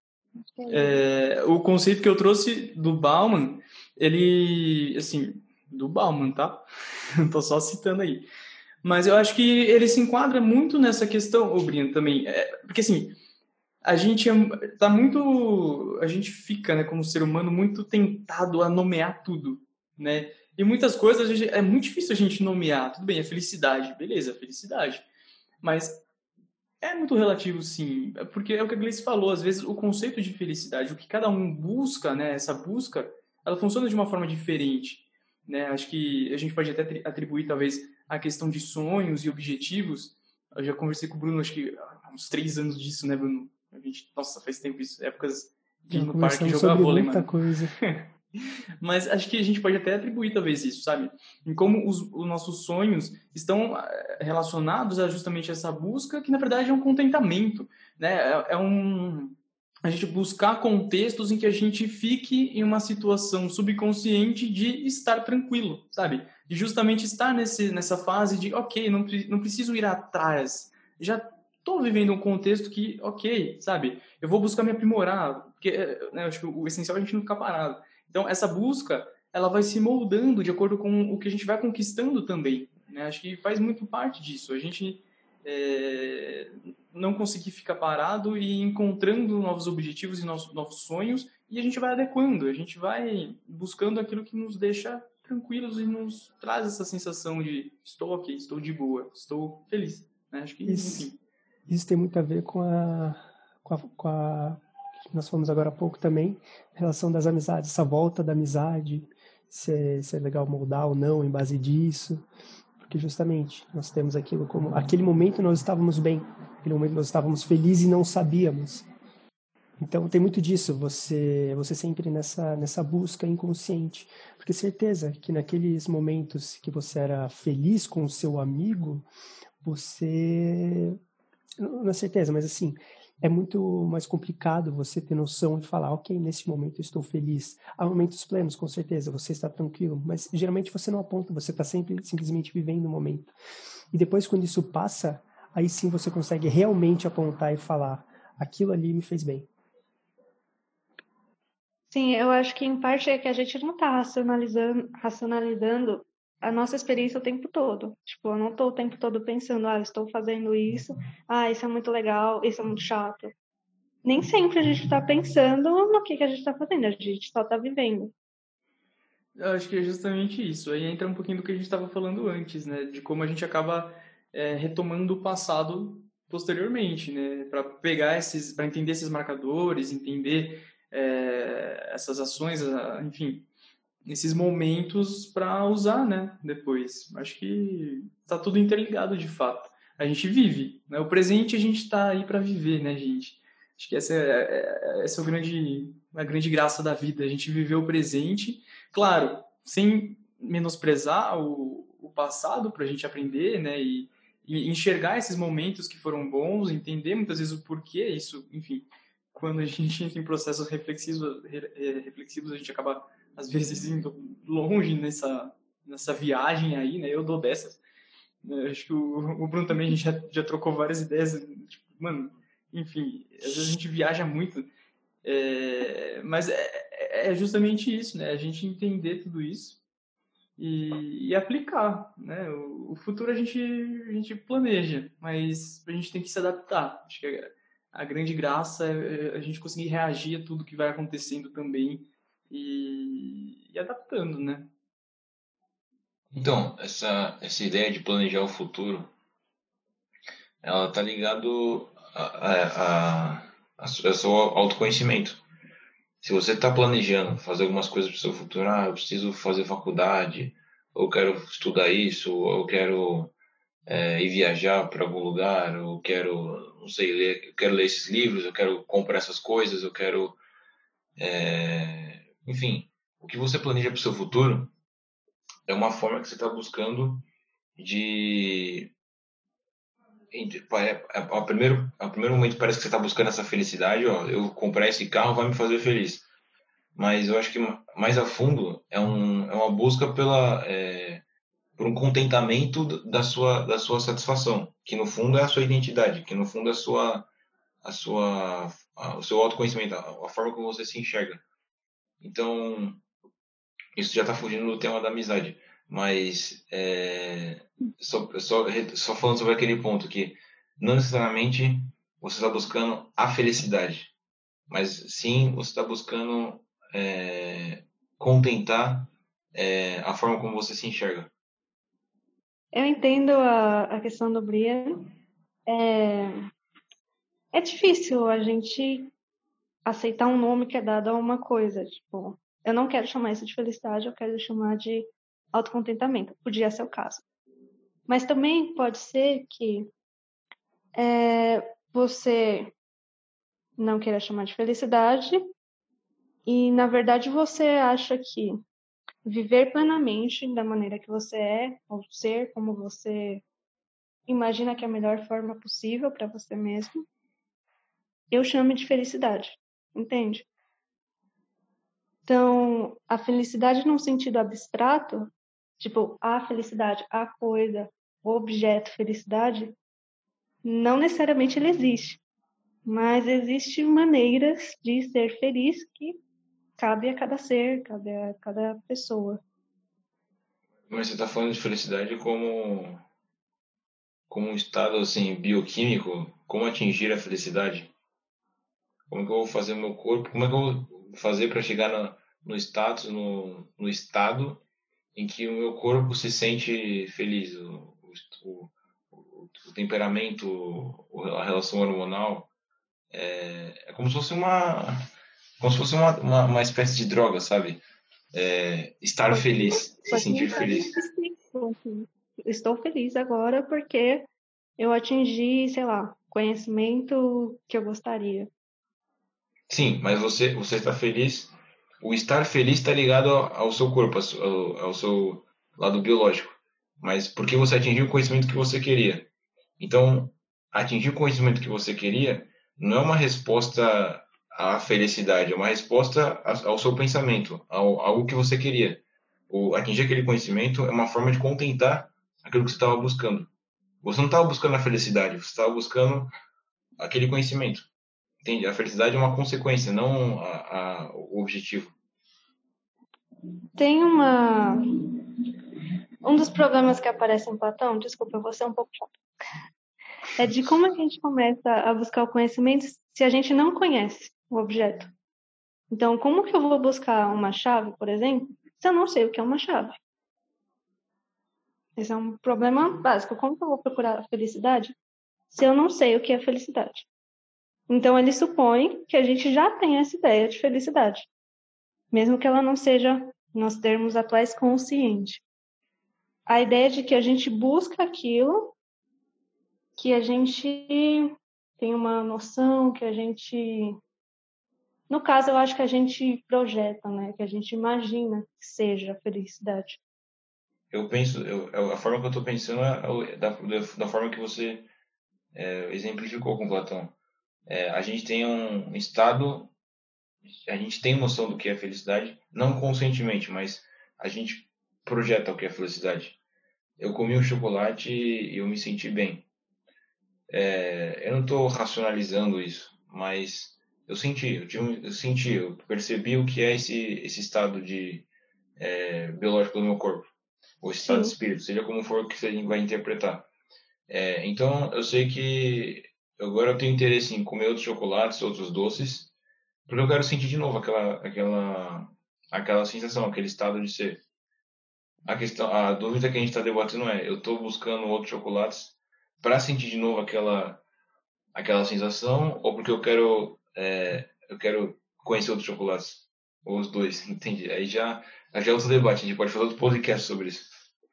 O conceito que eu trouxe do Bauman, ele, assim, do Bauman, tá? Tô só citando aí. Mas eu acho que ele se enquadra muito nessa questão, Brian, também. Porque, assim, a gente a gente fica, né, como ser humano, muito tentado a nomear tudo, né? E muitas coisas é muito difícil a gente nomear. Tudo bem, é felicidade, beleza, felicidade. Mas é muito relativo, sim, porque é o que a Gleice falou, às vezes o conceito de felicidade, o que cada um busca, né, essa busca, ela funciona de uma forma diferente, né? Acho que a gente pode até atribuir, talvez, a questão de sonhos e objetivos. Eu já conversei com o Bruno, acho que há uns 3 anos disso, né, Bruno? Nossa, faz tempo isso, épocas de ir Já no parque conversamos jogar sobre vôlei, muita mano. coisa. Mas acho que a gente pode até atribuir talvez isso, sabe? Em como os nossos sonhos estão relacionados a justamente essa busca, que na verdade é um contentamento, né? A gente buscar contextos em que a gente fique em uma situação subconsciente de estar tranquilo, sabe? De justamente estar nessa fase de, ok, não preciso ir atrás, já estou vivendo um contexto que, ok, sabe? Eu vou buscar me aprimorar, porque né, acho que o essencial é a gente não ficar parado. Então, essa busca, ela vai se moldando de acordo com o que a gente vai conquistando também, né? Acho que faz muito parte disso. A gente não conseguir ficar parado e encontrando novos objetivos e novos sonhos, e a gente vai adequando, a gente vai buscando aquilo que nos deixa tranquilos e nos traz essa sensação de estou ok, estou de boa, estou feliz, né? Acho que, enfim. Isso tem muito a ver com a que nós falamos agora há pouco também, em relação das amizades, essa volta da amizade, se é legal moldar ou não em base disso, porque justamente nós temos aquilo como, aquele momento nós estávamos bem, aquele momento nós estávamos felizes e não sabíamos. Então tem muito disso, você sempre nessa busca inconsciente, porque certeza que naqueles momentos que você era feliz com o seu amigo, você, não é certeza, mas assim, é muito mais complicado você ter noção de falar, ok, nesse momento eu estou feliz. Há momentos plenos, com certeza, você está tranquilo, mas geralmente você não aponta, você está sempre simplesmente vivendo o momento. E depois, quando isso passa, aí sim você consegue realmente apontar e falar, aquilo ali me fez bem. Sim, eu acho que em parte é que a gente não está racionalizando a nossa experiência o tempo todo. Tipo, eu não estou o tempo todo pensando, eu estou fazendo isso, isso é muito legal, isso é muito chato. Nem sempre a gente está pensando no que a gente está fazendo, a gente só está vivendo. Eu acho que é justamente isso. Aí entra um pouquinho do que a gente estava falando antes, né? De como a gente acaba retomando o passado posteriormente, né? Para para entender esses marcadores, entender essas ações, enfim, esses momentos para usar, né? Depois. Acho que está tudo interligado de fato. A gente vive, né? O presente a gente está aí para viver, né, gente? Acho que essa é a grande graça da vida. A gente viver o presente, claro, sem menosprezar o passado para a gente aprender, né? E enxergar esses momentos que foram bons, entender muitas vezes o porquê isso, enfim, quando a gente entra em processos reflexivos, a gente acaba às vezes indo longe nessa viagem aí, né? Eu dou dessas. Acho que o Bruno também, a gente já trocou várias ideias, tipo, mano, enfim, às vezes a gente viaja muito, mas é É justamente isso, né? A gente entender tudo isso e aplicar, né? O futuro a gente planeja, mas a gente tem que se adaptar. Acho que a grande graça é a gente conseguir reagir a tudo que vai acontecendo também e adaptando, né? Então, essa ideia de planejar o futuro, ela tá ligado ao seu autoconhecimento. Se você está planejando fazer algumas coisas para o seu futuro, eu preciso fazer faculdade, ou eu quero estudar isso, ou eu quero ir viajar para algum lugar, ou eu quero, não sei, eu quero ler esses livros, eu quero comprar essas coisas, eu quero, enfim, o que você planeja para o seu futuro é uma forma que você está buscando de ao primeiro momento parece que você está buscando essa felicidade, ó, eu comprar esse carro vai me fazer feliz. Mas eu acho que mais a fundo é uma busca por um contentamento da sua satisfação, que no fundo é a sua identidade, que no fundo é o seu autoconhecimento, a forma como você se enxerga. Então, isso já está fugindo do tema da amizade, mas só falando sobre aquele ponto que não necessariamente você está buscando a felicidade, mas sim você está buscando contentar a forma como você se enxerga. Eu entendo a questão do Brian. É difícil a gente aceitar um nome que é dado a uma coisa. Tipo, eu não quero chamar isso de felicidade, eu quero chamar de autocontentamento. Podia ser o caso. Mas também pode ser que você não queira chamar de felicidade e, na verdade, você acha que viver plenamente da maneira que você é, ou ser como você imagina que é a melhor forma possível para você mesmo, eu chamo de felicidade, entende? Então, a felicidade num sentido abstrato, tipo, a felicidade, a coisa, o objeto felicidade, não necessariamente ele existe, mas existem maneiras de ser feliz que cabe a cada ser, cabe a cada pessoa. Mas você está falando de felicidade como um estado assim bioquímico, como atingir a felicidade? Como é que eu vou fazer o meu corpo? Como é que eu vou fazer para chegar no status, no estado em que o meu corpo se sente feliz? O temperamento, a relação hormonal, é como se fosse uma espécie de droga, sabe? Estar feliz, se Pode sentir não ser feliz. específico, assim. Estou feliz agora porque eu atingi, sei lá, conhecimento que eu gostaria. Sim, mas você está feliz. O estar feliz está ligado ao seu corpo, ao seu lado biológico. Mas porque você atingiu o conhecimento que você queria. Então, atingir o conhecimento que você queria não é uma resposta à felicidade, é uma resposta ao seu pensamento, algo que você queria. Atingir aquele conhecimento é uma forma de contentar aquilo que você estava buscando. Você não estava buscando a felicidade, você estava buscando aquele conhecimento. Entende? A felicidade é uma consequência, não o objetivo. Tem um dos problemas que aparece em Platão, desculpa, eu vou ser um pouco chata, é de como a gente começa a buscar o conhecimento se a gente não conhece o objeto. Então, como que eu vou buscar uma chave, por exemplo, se eu não sei o que é uma chave? Esse é um problema básico. Como que eu vou procurar a felicidade se eu não sei o que é felicidade? Então, ele supõe que a gente já tem essa ideia de felicidade, mesmo que ela não seja, nos termos atuais, consciente. A ideia de que a gente busca aquilo, que a gente tem uma noção, que a gente... No caso, eu acho que a gente projeta, né? Que a gente imagina que seja a felicidade. Eu penso, a forma que eu estou pensando é da forma que você exemplificou com Platão. A gente tem um estado, a gente tem noção do que é felicidade, não conscientemente, mas a gente projeta o que é felicidade. Eu comi um chocolate e eu me senti bem. Eu não estou racionalizando isso, mas eu percebi o que é esse estado biológico do meu corpo, ou esse estado de Sim. espírito, seja como for que você vai interpretar. Então, eu sei que agora eu tenho interesse em comer outros chocolates, outros doces, porque eu quero sentir de novo aquela sensação, aquele estado de ser. A dúvida que a gente está debatendo eu estou buscando outros chocolates para sentir de novo aquela sensação, ou porque eu quero conhecer outros chocolates, ou os dois, entendi. Aí já é outro debate, a gente pode fazer outro podcast sobre isso.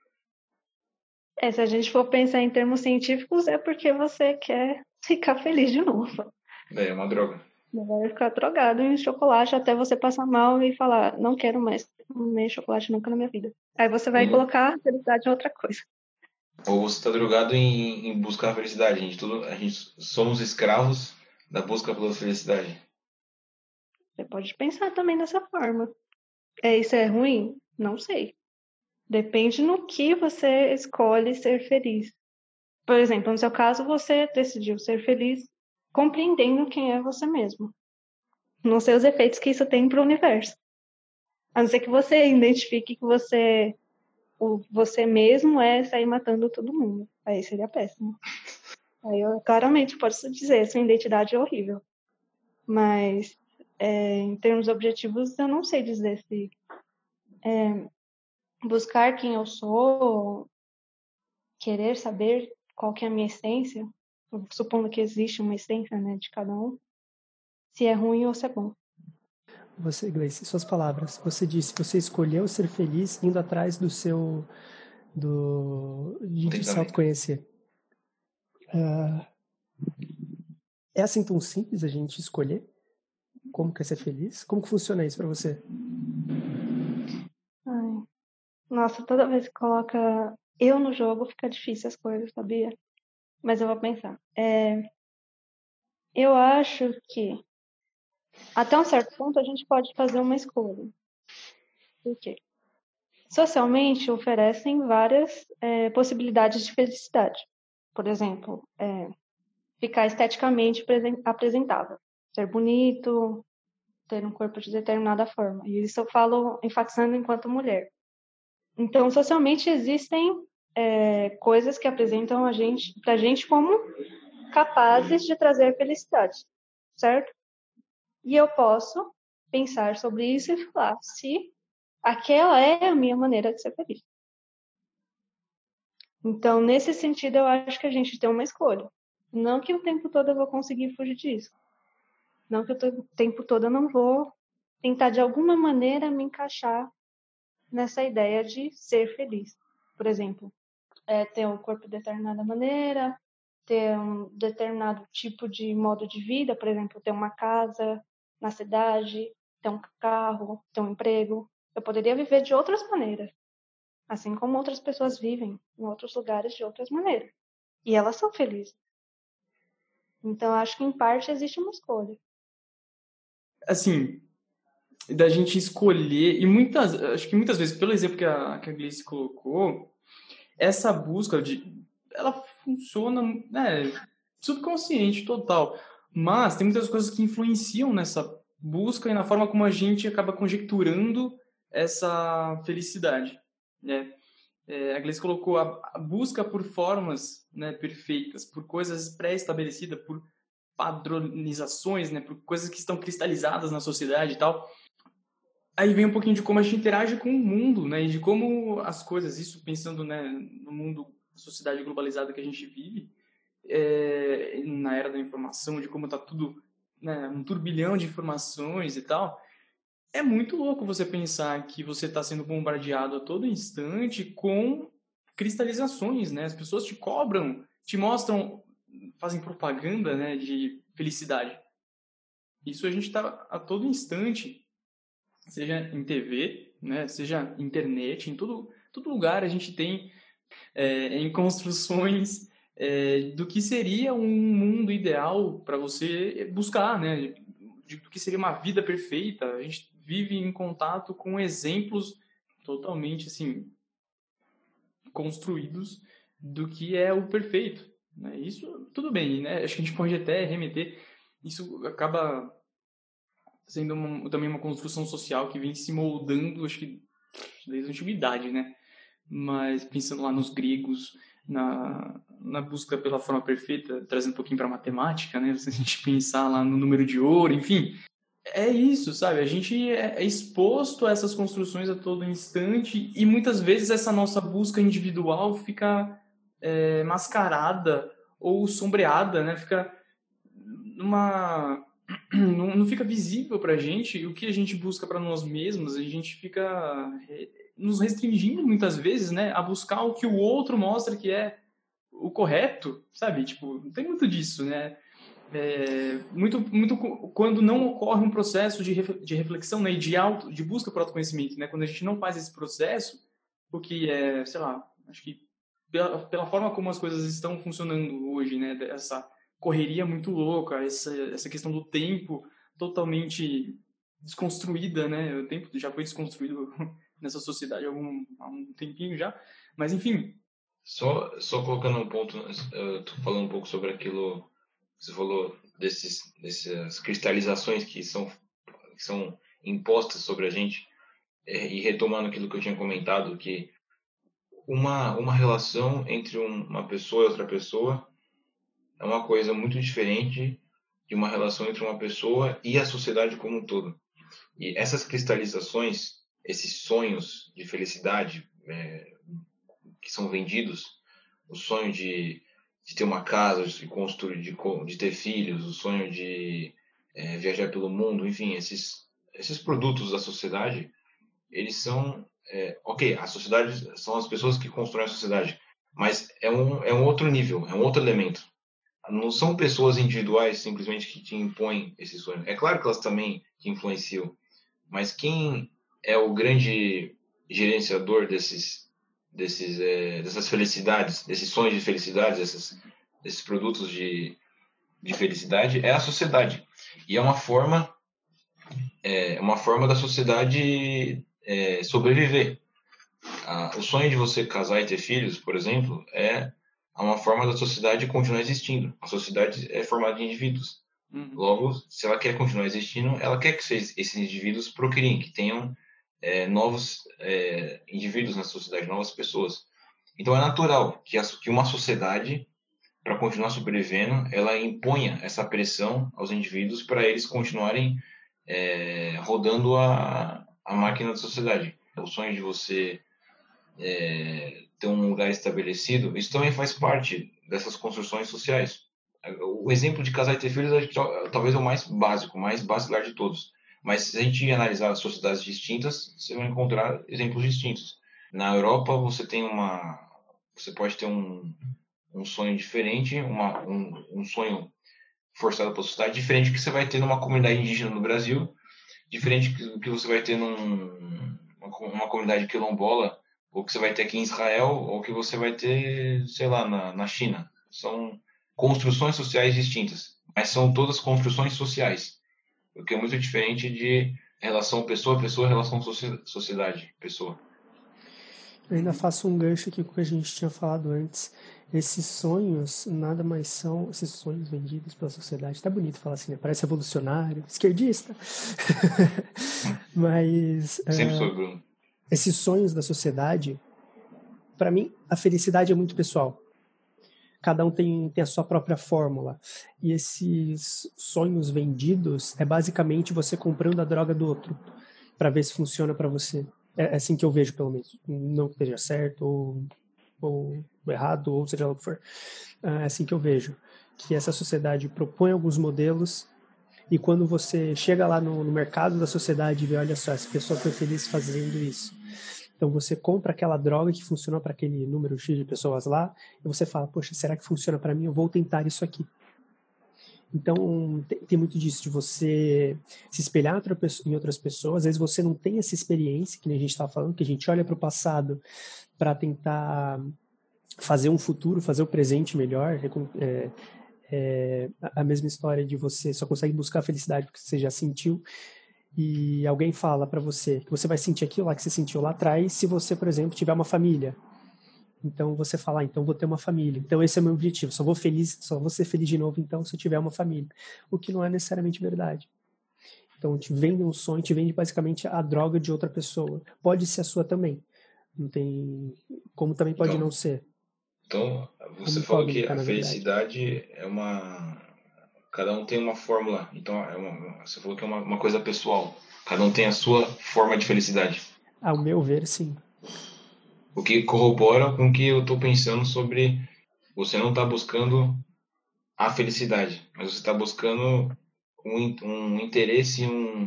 Se a gente for pensar em termos científicos, é porque você quer ficar feliz de novo. É uma droga. Você vai ficar drogado em chocolate até você passar mal e falar, não quero mais comer chocolate nunca na minha vida. Aí você vai colocar a felicidade em outra coisa. Ou você está drogado em buscar a felicidade. A gente somos escravos da busca pela felicidade. Você pode pensar também dessa forma. Isso é ruim? Não sei. Depende no que você escolhe ser feliz. Por exemplo, no seu caso, você decidiu ser feliz compreendendo quem é você mesmo. Não sei os efeitos que isso tem para o universo. A não ser que você identifique que você mesmo é sair matando todo mundo. Aí seria péssimo. Aí eu claramente posso dizer, sua identidade é horrível. Mas em termos objetivos, eu não sei dizer se buscar quem eu sou, querer saber qual que é a minha essência, supondo que existe uma essência, né, de cada um, se é ruim ou se é bom. Você, Gleice, suas palavras. Você disse que você escolheu ser feliz indo atrás de se autoconhecer. É assim tão simples a gente escolher como quer ser feliz? Como que funciona isso para você? Ai. Nossa, toda vez que coloca eu no jogo, fica difícil as coisas, sabia? Mas eu vou pensar. Eu acho que até um certo ponto a gente pode fazer uma escolha. Por quê? Socialmente oferecem várias possibilidades de felicidade. Por exemplo, ficar esteticamente apresentável, ser bonito, ter um corpo de determinada forma. E isso eu falo enfatizando enquanto mulher. Então, socialmente existem coisas que apresentam pra gente como capazes de trazer felicidade, certo? E eu posso pensar sobre isso e falar se aquela é a minha maneira de ser feliz. Então, nesse sentido, eu acho que a gente tem uma escolha. Não que o tempo todo eu vou conseguir fugir disso. Não que o tempo todo eu não vou tentar, de alguma maneira, me encaixar nessa ideia de ser feliz. Por exemplo, ter um corpo de determinada maneira, ter um determinado tipo de modo de vida, por exemplo, ter uma casa na cidade, ter um carro, ter um emprego. Eu poderia viver de outras maneiras, assim como outras pessoas vivem em outros lugares de outras maneiras. E elas são felizes. Então, acho que, em parte, existe uma escolha. Assim, da gente escolher, e acho que muitas vezes, pelo exemplo que a Gleice colocou, essa busca ela funciona, subconsciente total, mas tem muitas coisas que influenciam nessa busca e na forma como a gente acaba conjecturando essa felicidade, né? A Gleice colocou a busca por formas, né, perfeitas, por coisas pré-estabelecidas, por padronizações, né, por coisas que estão cristalizadas na sociedade e tal. Aí vem um pouquinho de como a gente interage com o mundo, né, e de como as coisas, isso pensando, né, no mundo, sociedade globalizada que a gente vive, na era da informação, de como está tudo, né, um turbilhão de informações e tal. É muito louco você pensar que você está sendo bombardeado a todo instante com cristalizações, né? As pessoas te cobram, te mostram, fazem propaganda, né, de felicidade. Isso a gente está a todo instante, seja em TV, né, seja internet, em todo lugar a gente tem em construções do que seria um mundo ideal para você buscar, né? Do que seria uma vida perfeita. A gente vive em contato com exemplos totalmente assim construídos do que é o perfeito, né? Isso tudo bem, né? Acho que a gente pode até remeter. Isso acaba sendo também uma construção social que vem se moldando, acho que desde a antiguidade, né? Mas pensando lá nos gregos, na busca pela forma perfeita, trazendo um pouquinho para a matemática, né? Se a gente pensar lá no número de ouro, enfim, é isso, sabe? A gente é exposto a essas construções a todo instante e muitas vezes essa nossa busca individual fica mascarada ou sombreada, né? Fica não fica visível para a gente o que a gente busca para nós mesmos. A gente fica nos restringindo muitas vezes, né? A buscar o que o outro mostra que é o correto, sabe? Tipo, não tem muito disso, né? Muito quando não ocorre um processo de reflexão, né, de busca por autoconhecimento, né, quando a gente não faz esse processo, porque sei lá, acho que pela forma como as coisas estão funcionando hoje, né, essa correria muito louca, essa questão do tempo totalmente desconstruída, né, o tempo já foi desconstruído nessa sociedade há um tempinho já, mas enfim. Só colocando um ponto, tô falando um pouco sobre aquilo você falou dessas cristalizações que são impostas sobre a gente, e retomando aquilo que eu tinha comentado, que uma relação entre uma pessoa e outra pessoa é uma coisa muito diferente de uma relação entre uma pessoa e a sociedade como um todo. E essas cristalizações, esses sonhos de felicidade que são vendidos, o sonho de ter uma casa, de construir, de ter filhos, o sonho de viajar pelo mundo, enfim, esses produtos da sociedade, eles são ok, a sociedade são as pessoas que constroem a sociedade, mas é um outro nível, é um outro elemento. Não são pessoas individuais simplesmente que te impõem esse sonho. É claro que elas também te influenciam, mas quem é o grande gerenciador dessas felicidades, desses sonhos de felicidade, desses produtos de felicidade, é a sociedade. E é uma forma da sociedade sobreviver. O sonho de você casar e ter filhos, por exemplo, é uma forma da sociedade continuar existindo. A sociedade é formada de indivíduos. Logo, se ela quer continuar existindo, ela quer que esses indivíduos procriem, que tenham novos indivíduos na sociedade, novas pessoas. Então é natural que uma sociedade, para continuar sobrevivendo, ela imponha essa pressão aos indivíduos para eles continuarem rodando a máquina da sociedade. O sonho de você ter um lugar estabelecido, isso também faz parte dessas construções sociais. O exemplo de casar e ter filhos talvez é o mais básico, mais basilar de todos. Mas se a gente analisar sociedades distintas, você vai encontrar exemplos distintos. Na Europa, você pode ter um sonho diferente, um sonho forçado pela sociedade, diferente do que você vai ter numa comunidade indígena no Brasil, diferente do que você vai ter numa comunidade quilombola, ou que você vai ter aqui em Israel, ou que você vai ter, sei lá, na China. São construções sociais distintas, mas são todas construções sociais, o que é muito diferente de relação pessoa-pessoa, relação sociedade-pessoa. Eu ainda faço um gancho aqui com o que a gente tinha falado antes. Esses sonhos nada mais são esses sonhos vendidos pela sociedade. Tá bonito falar assim, né? Parece revolucionário, esquerdista. Mas sempre sou, Bruno. Esses sonhos da sociedade, para mim, a felicidade é muito pessoal. Cada um tem a sua própria fórmula. E esses sonhos vendidos é basicamente você comprando a droga do outro para ver se funciona para você. É assim que eu vejo, pelo menos. Não que esteja certo ou errado, ou seja lá o que for. É assim que eu vejo. Que essa sociedade propõe alguns modelos e quando você chega lá no mercado da sociedade e vê, olha só, essa pessoa foi feliz fazendo isso. Então você compra aquela droga que funciona para aquele número X de pessoas lá e você fala, poxa, será que funciona para mim? Eu vou tentar isso aqui. Então tem muito disso, de você se espelhar em outras pessoas. Às vezes você não tem essa experiência, que nem a gente estava falando, que a gente olha para o passado para tentar fazer um futuro, fazer o presente melhor. A mesma história de você só consegue buscar a felicidade porque você já sentiu. E alguém fala para você que você vai sentir aquilo lá que você sentiu lá atrás se você, por exemplo, tiver uma família. Então você fala, então vou ter uma família. Então esse é o meu objetivo. Só vou ser feliz de novo então se eu tiver uma família. O que não é necessariamente verdade. Então, te vende um sonho, te vende basicamente a droga de outra pessoa. Pode ser a sua também. Não tem... Como também pode não ser. Então, você Como falou que incógnita, a na verdade. felicidade é cada um tem uma fórmula. Então, você falou que é uma coisa pessoal. Cada um tem a sua forma de felicidade. Ao meu ver, sim. O que corrobora com o que eu estou pensando sobre você não está buscando a felicidade, mas você está buscando um interesse,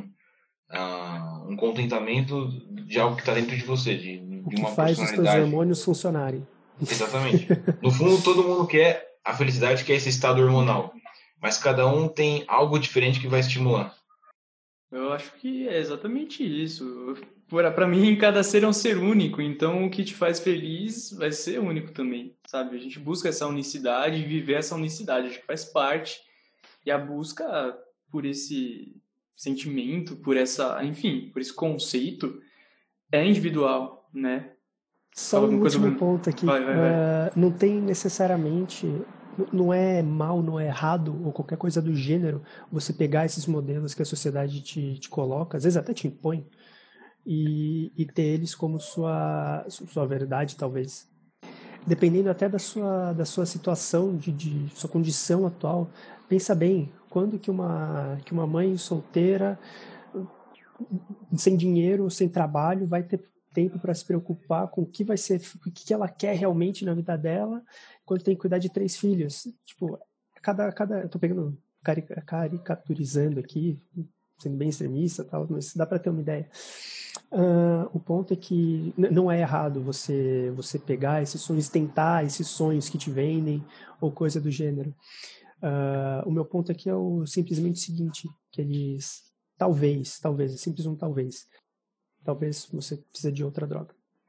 um contentamento de algo que está dentro de você, de O que uma faz os teus personalidade. hormônios funcionarem. Exatamente. No fundo, todo mundo quer a felicidade, que é esse estado hormonal. Mas cada um tem algo diferente que vai estimular. Eu acho que é exatamente isso. Para mim, cada ser é um ser único, então o que te faz feliz vai ser único também, sabe? A gente busca essa unicidade e viver essa unicidade, acho que faz parte. E a busca por esse sentimento, por essa, enfim, por esse conceito é individual, né? Só Fala um alguma coisa, último Bruno? ponto aqui. Vai. Não tem necessariamente, não é mal, não é errado, ou qualquer coisa do gênero, você pegar esses modelos que a sociedade te coloca, às vezes até te impõe, e ter eles como sua verdade, talvez. Dependendo até da sua situação, de sua condição atual, pensa bem, quando que uma mãe solteira, sem dinheiro, sem trabalho, vai ter tempo para se preocupar com o que vai ser, o que ela quer realmente na vida dela, quando tem que cuidar de 3 filhos. Tipo, eu tô pegando, caricaturizando aqui, sendo bem extremista, tal, mas dá para ter uma ideia. O ponto é que não é errado você pegar esses sonhos, tentar esses sonhos que te vendem ou coisa do gênero. O meu ponto aqui é simplesmente o seguinte, que eles talvez, é simples talvez você precise de outra droga.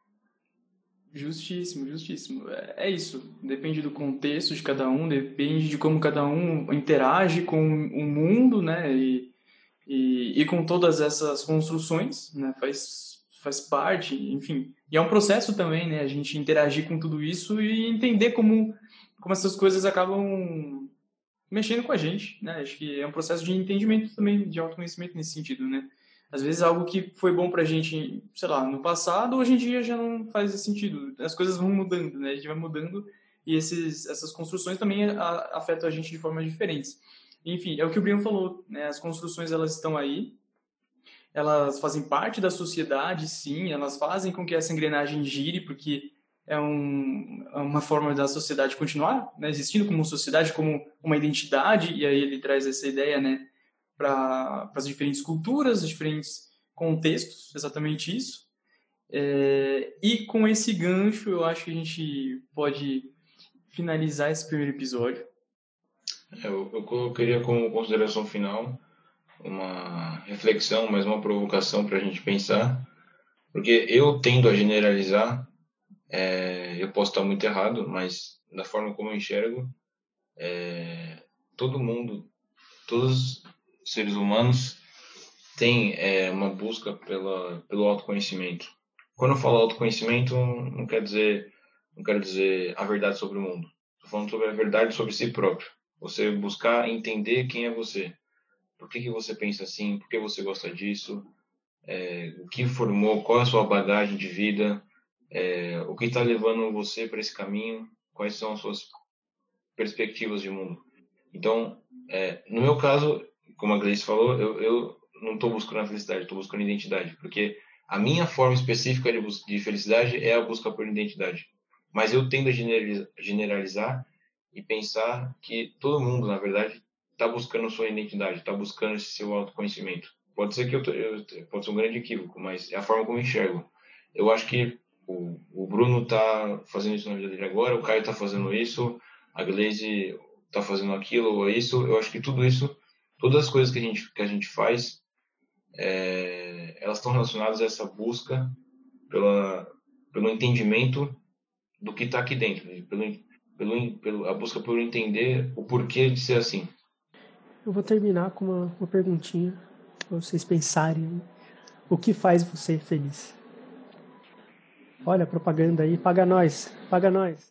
Justíssimo. É isso. Depende do contexto de cada um, depende de como cada um interage com o mundo, né? E com todas essas construções, né? Faz parte, enfim. E é um processo também, né? A gente interagir com tudo isso e entender como essas coisas acabam mexendo com a gente, né? Acho que é um processo de entendimento também, de autoconhecimento nesse sentido, né? Às vezes algo que foi bom pra gente, sei lá, no passado, hoje em dia já não faz sentido. As coisas vão mudando, né? A gente vai mudando e essas construções também afetam a gente de formas diferentes. Enfim, é o que o Brian falou, né? As construções, elas estão aí, elas fazem parte da sociedade, sim, elas fazem com que essa engrenagem gire, porque é uma forma da sociedade continuar, né, existindo como sociedade, como uma identidade, e aí ele traz essa ideia, né, para as diferentes culturas, os diferentes contextos, exatamente isso. E com esse gancho, eu acho que a gente pode finalizar esse primeiro episódio. Eu colocaria como consideração final uma reflexão, mais uma provocação para a gente pensar, porque eu tendo a generalizar, eu posso estar muito errado, mas da forma como eu enxergo, todo mundo, todos os seres humanos têm uma busca pelo autoconhecimento. Quando eu falo autoconhecimento, não quero dizer a verdade sobre o mundo. Estou falando sobre a verdade sobre si próprio. Você buscar entender quem é você. Por que você pensa assim? Por que você gosta disso? O que formou? Qual é a sua bagagem de vida? O que está levando você para esse caminho? Quais são as suas perspectivas de mundo? Então, no meu caso, como a Gleice falou, eu não estou buscando a felicidade, estou buscando identidade, porque a minha forma específica de felicidade é a busca por identidade. Mas eu tendo a generalizar e pensar que todo mundo, na verdade, está buscando sua identidade, está buscando esse seu autoconhecimento. Pode ser que pode ser um grande equívoco, mas é a forma como eu enxergo. Eu acho que o Bruno está fazendo isso na vida dele agora, o Caio está fazendo isso, a Glaze está fazendo aquilo ou isso. Eu acho que tudo isso, todas as coisas que a gente faz, elas estão relacionadas a essa busca pelo entendimento do que está aqui dentro, a busca por entender o porquê de ser assim. Eu vou terminar com uma perguntinha para vocês pensarem. O que faz você feliz? Olha a propaganda aí, paga nós.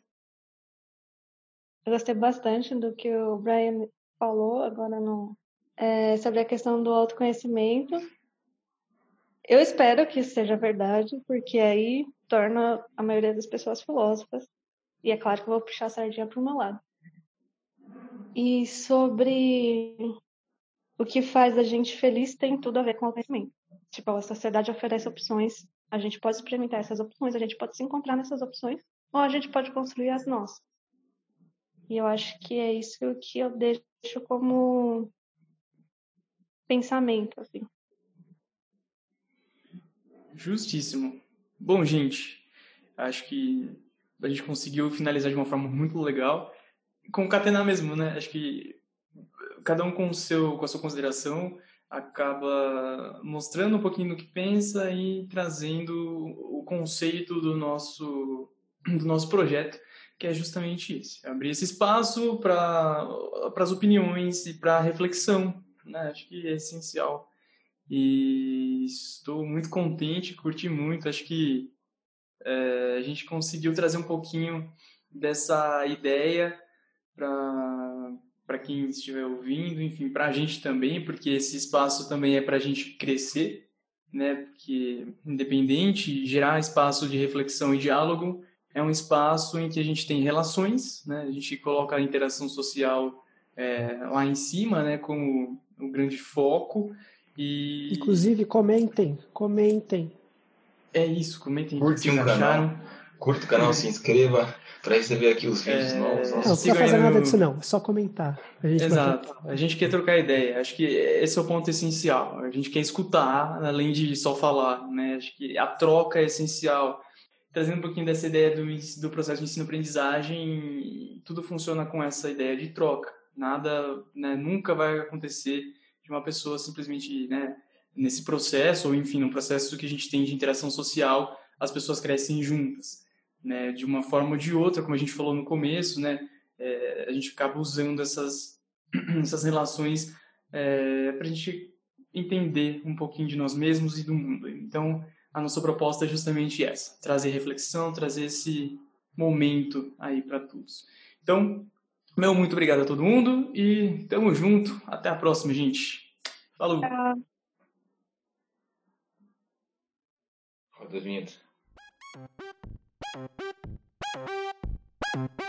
Eu gostei bastante do que o Brian falou, agora sobre a questão do autoconhecimento. Eu espero que isso seja verdade, porque aí torna a maioria das pessoas filósofas. E é claro que eu vou puxar a sardinha para o meu lado. E sobre o que faz a gente feliz tem tudo a ver com o conhecimento. Tipo, a sociedade oferece opções, a gente pode experimentar essas opções, a gente pode se encontrar nessas opções, ou a gente pode construir as nossas. E eu acho que é isso que eu deixo como pensamento, assim. Justíssimo. Bom, gente, acho que a gente conseguiu finalizar de uma forma muito legal. Concatenar mesmo, né? Acho que cada um com a sua consideração acaba mostrando um pouquinho do que pensa e trazendo o conceito do nosso projeto, que é justamente esse, abrir esse espaço para as opiniões e para a reflexão, né? Acho que é essencial. E estou muito contente, curti muito, acho que a gente conseguiu trazer um pouquinho dessa ideia para quem estiver ouvindo, enfim, para a gente também, porque esse espaço também é para a gente crescer, né? Porque independente, gerar espaço de reflexão e diálogo é um espaço em que a gente tem relações, né? A gente coloca a interação social lá em cima, né? Como o grande foco. E Inclusive, comentem. é isso, comentem o que Curte vocês um acharam. canal, curta o canal, se inscreva para receber aqui os vídeos novos. Não Nossa, precisa sigam aí fazer nada no... disso não, é só comentar. A gente vai Exato. A gente quer trocar ideia. Acho que esse é o ponto essencial. A gente quer escutar, além de só falar, né? Acho que a troca é essencial. Trazendo um pouquinho dessa ideia do processo de ensino-aprendizagem, tudo funciona com essa ideia de troca. Nada, né, nunca vai acontecer de uma pessoa simplesmente, né, nesse processo, ou enfim, no processo que a gente tem de interação social, as pessoas crescem juntas, né, de uma forma ou de outra, como a gente falou no começo, né, a gente acaba usando essas relações para a gente entender um pouquinho de nós mesmos e do mundo. Então, a nossa proposta é justamente essa, trazer reflexão, trazer esse momento aí para todos. Então, meu muito obrigado a todo mundo e tamo junto. Até a próxima, gente. Falou! roda a vinheta.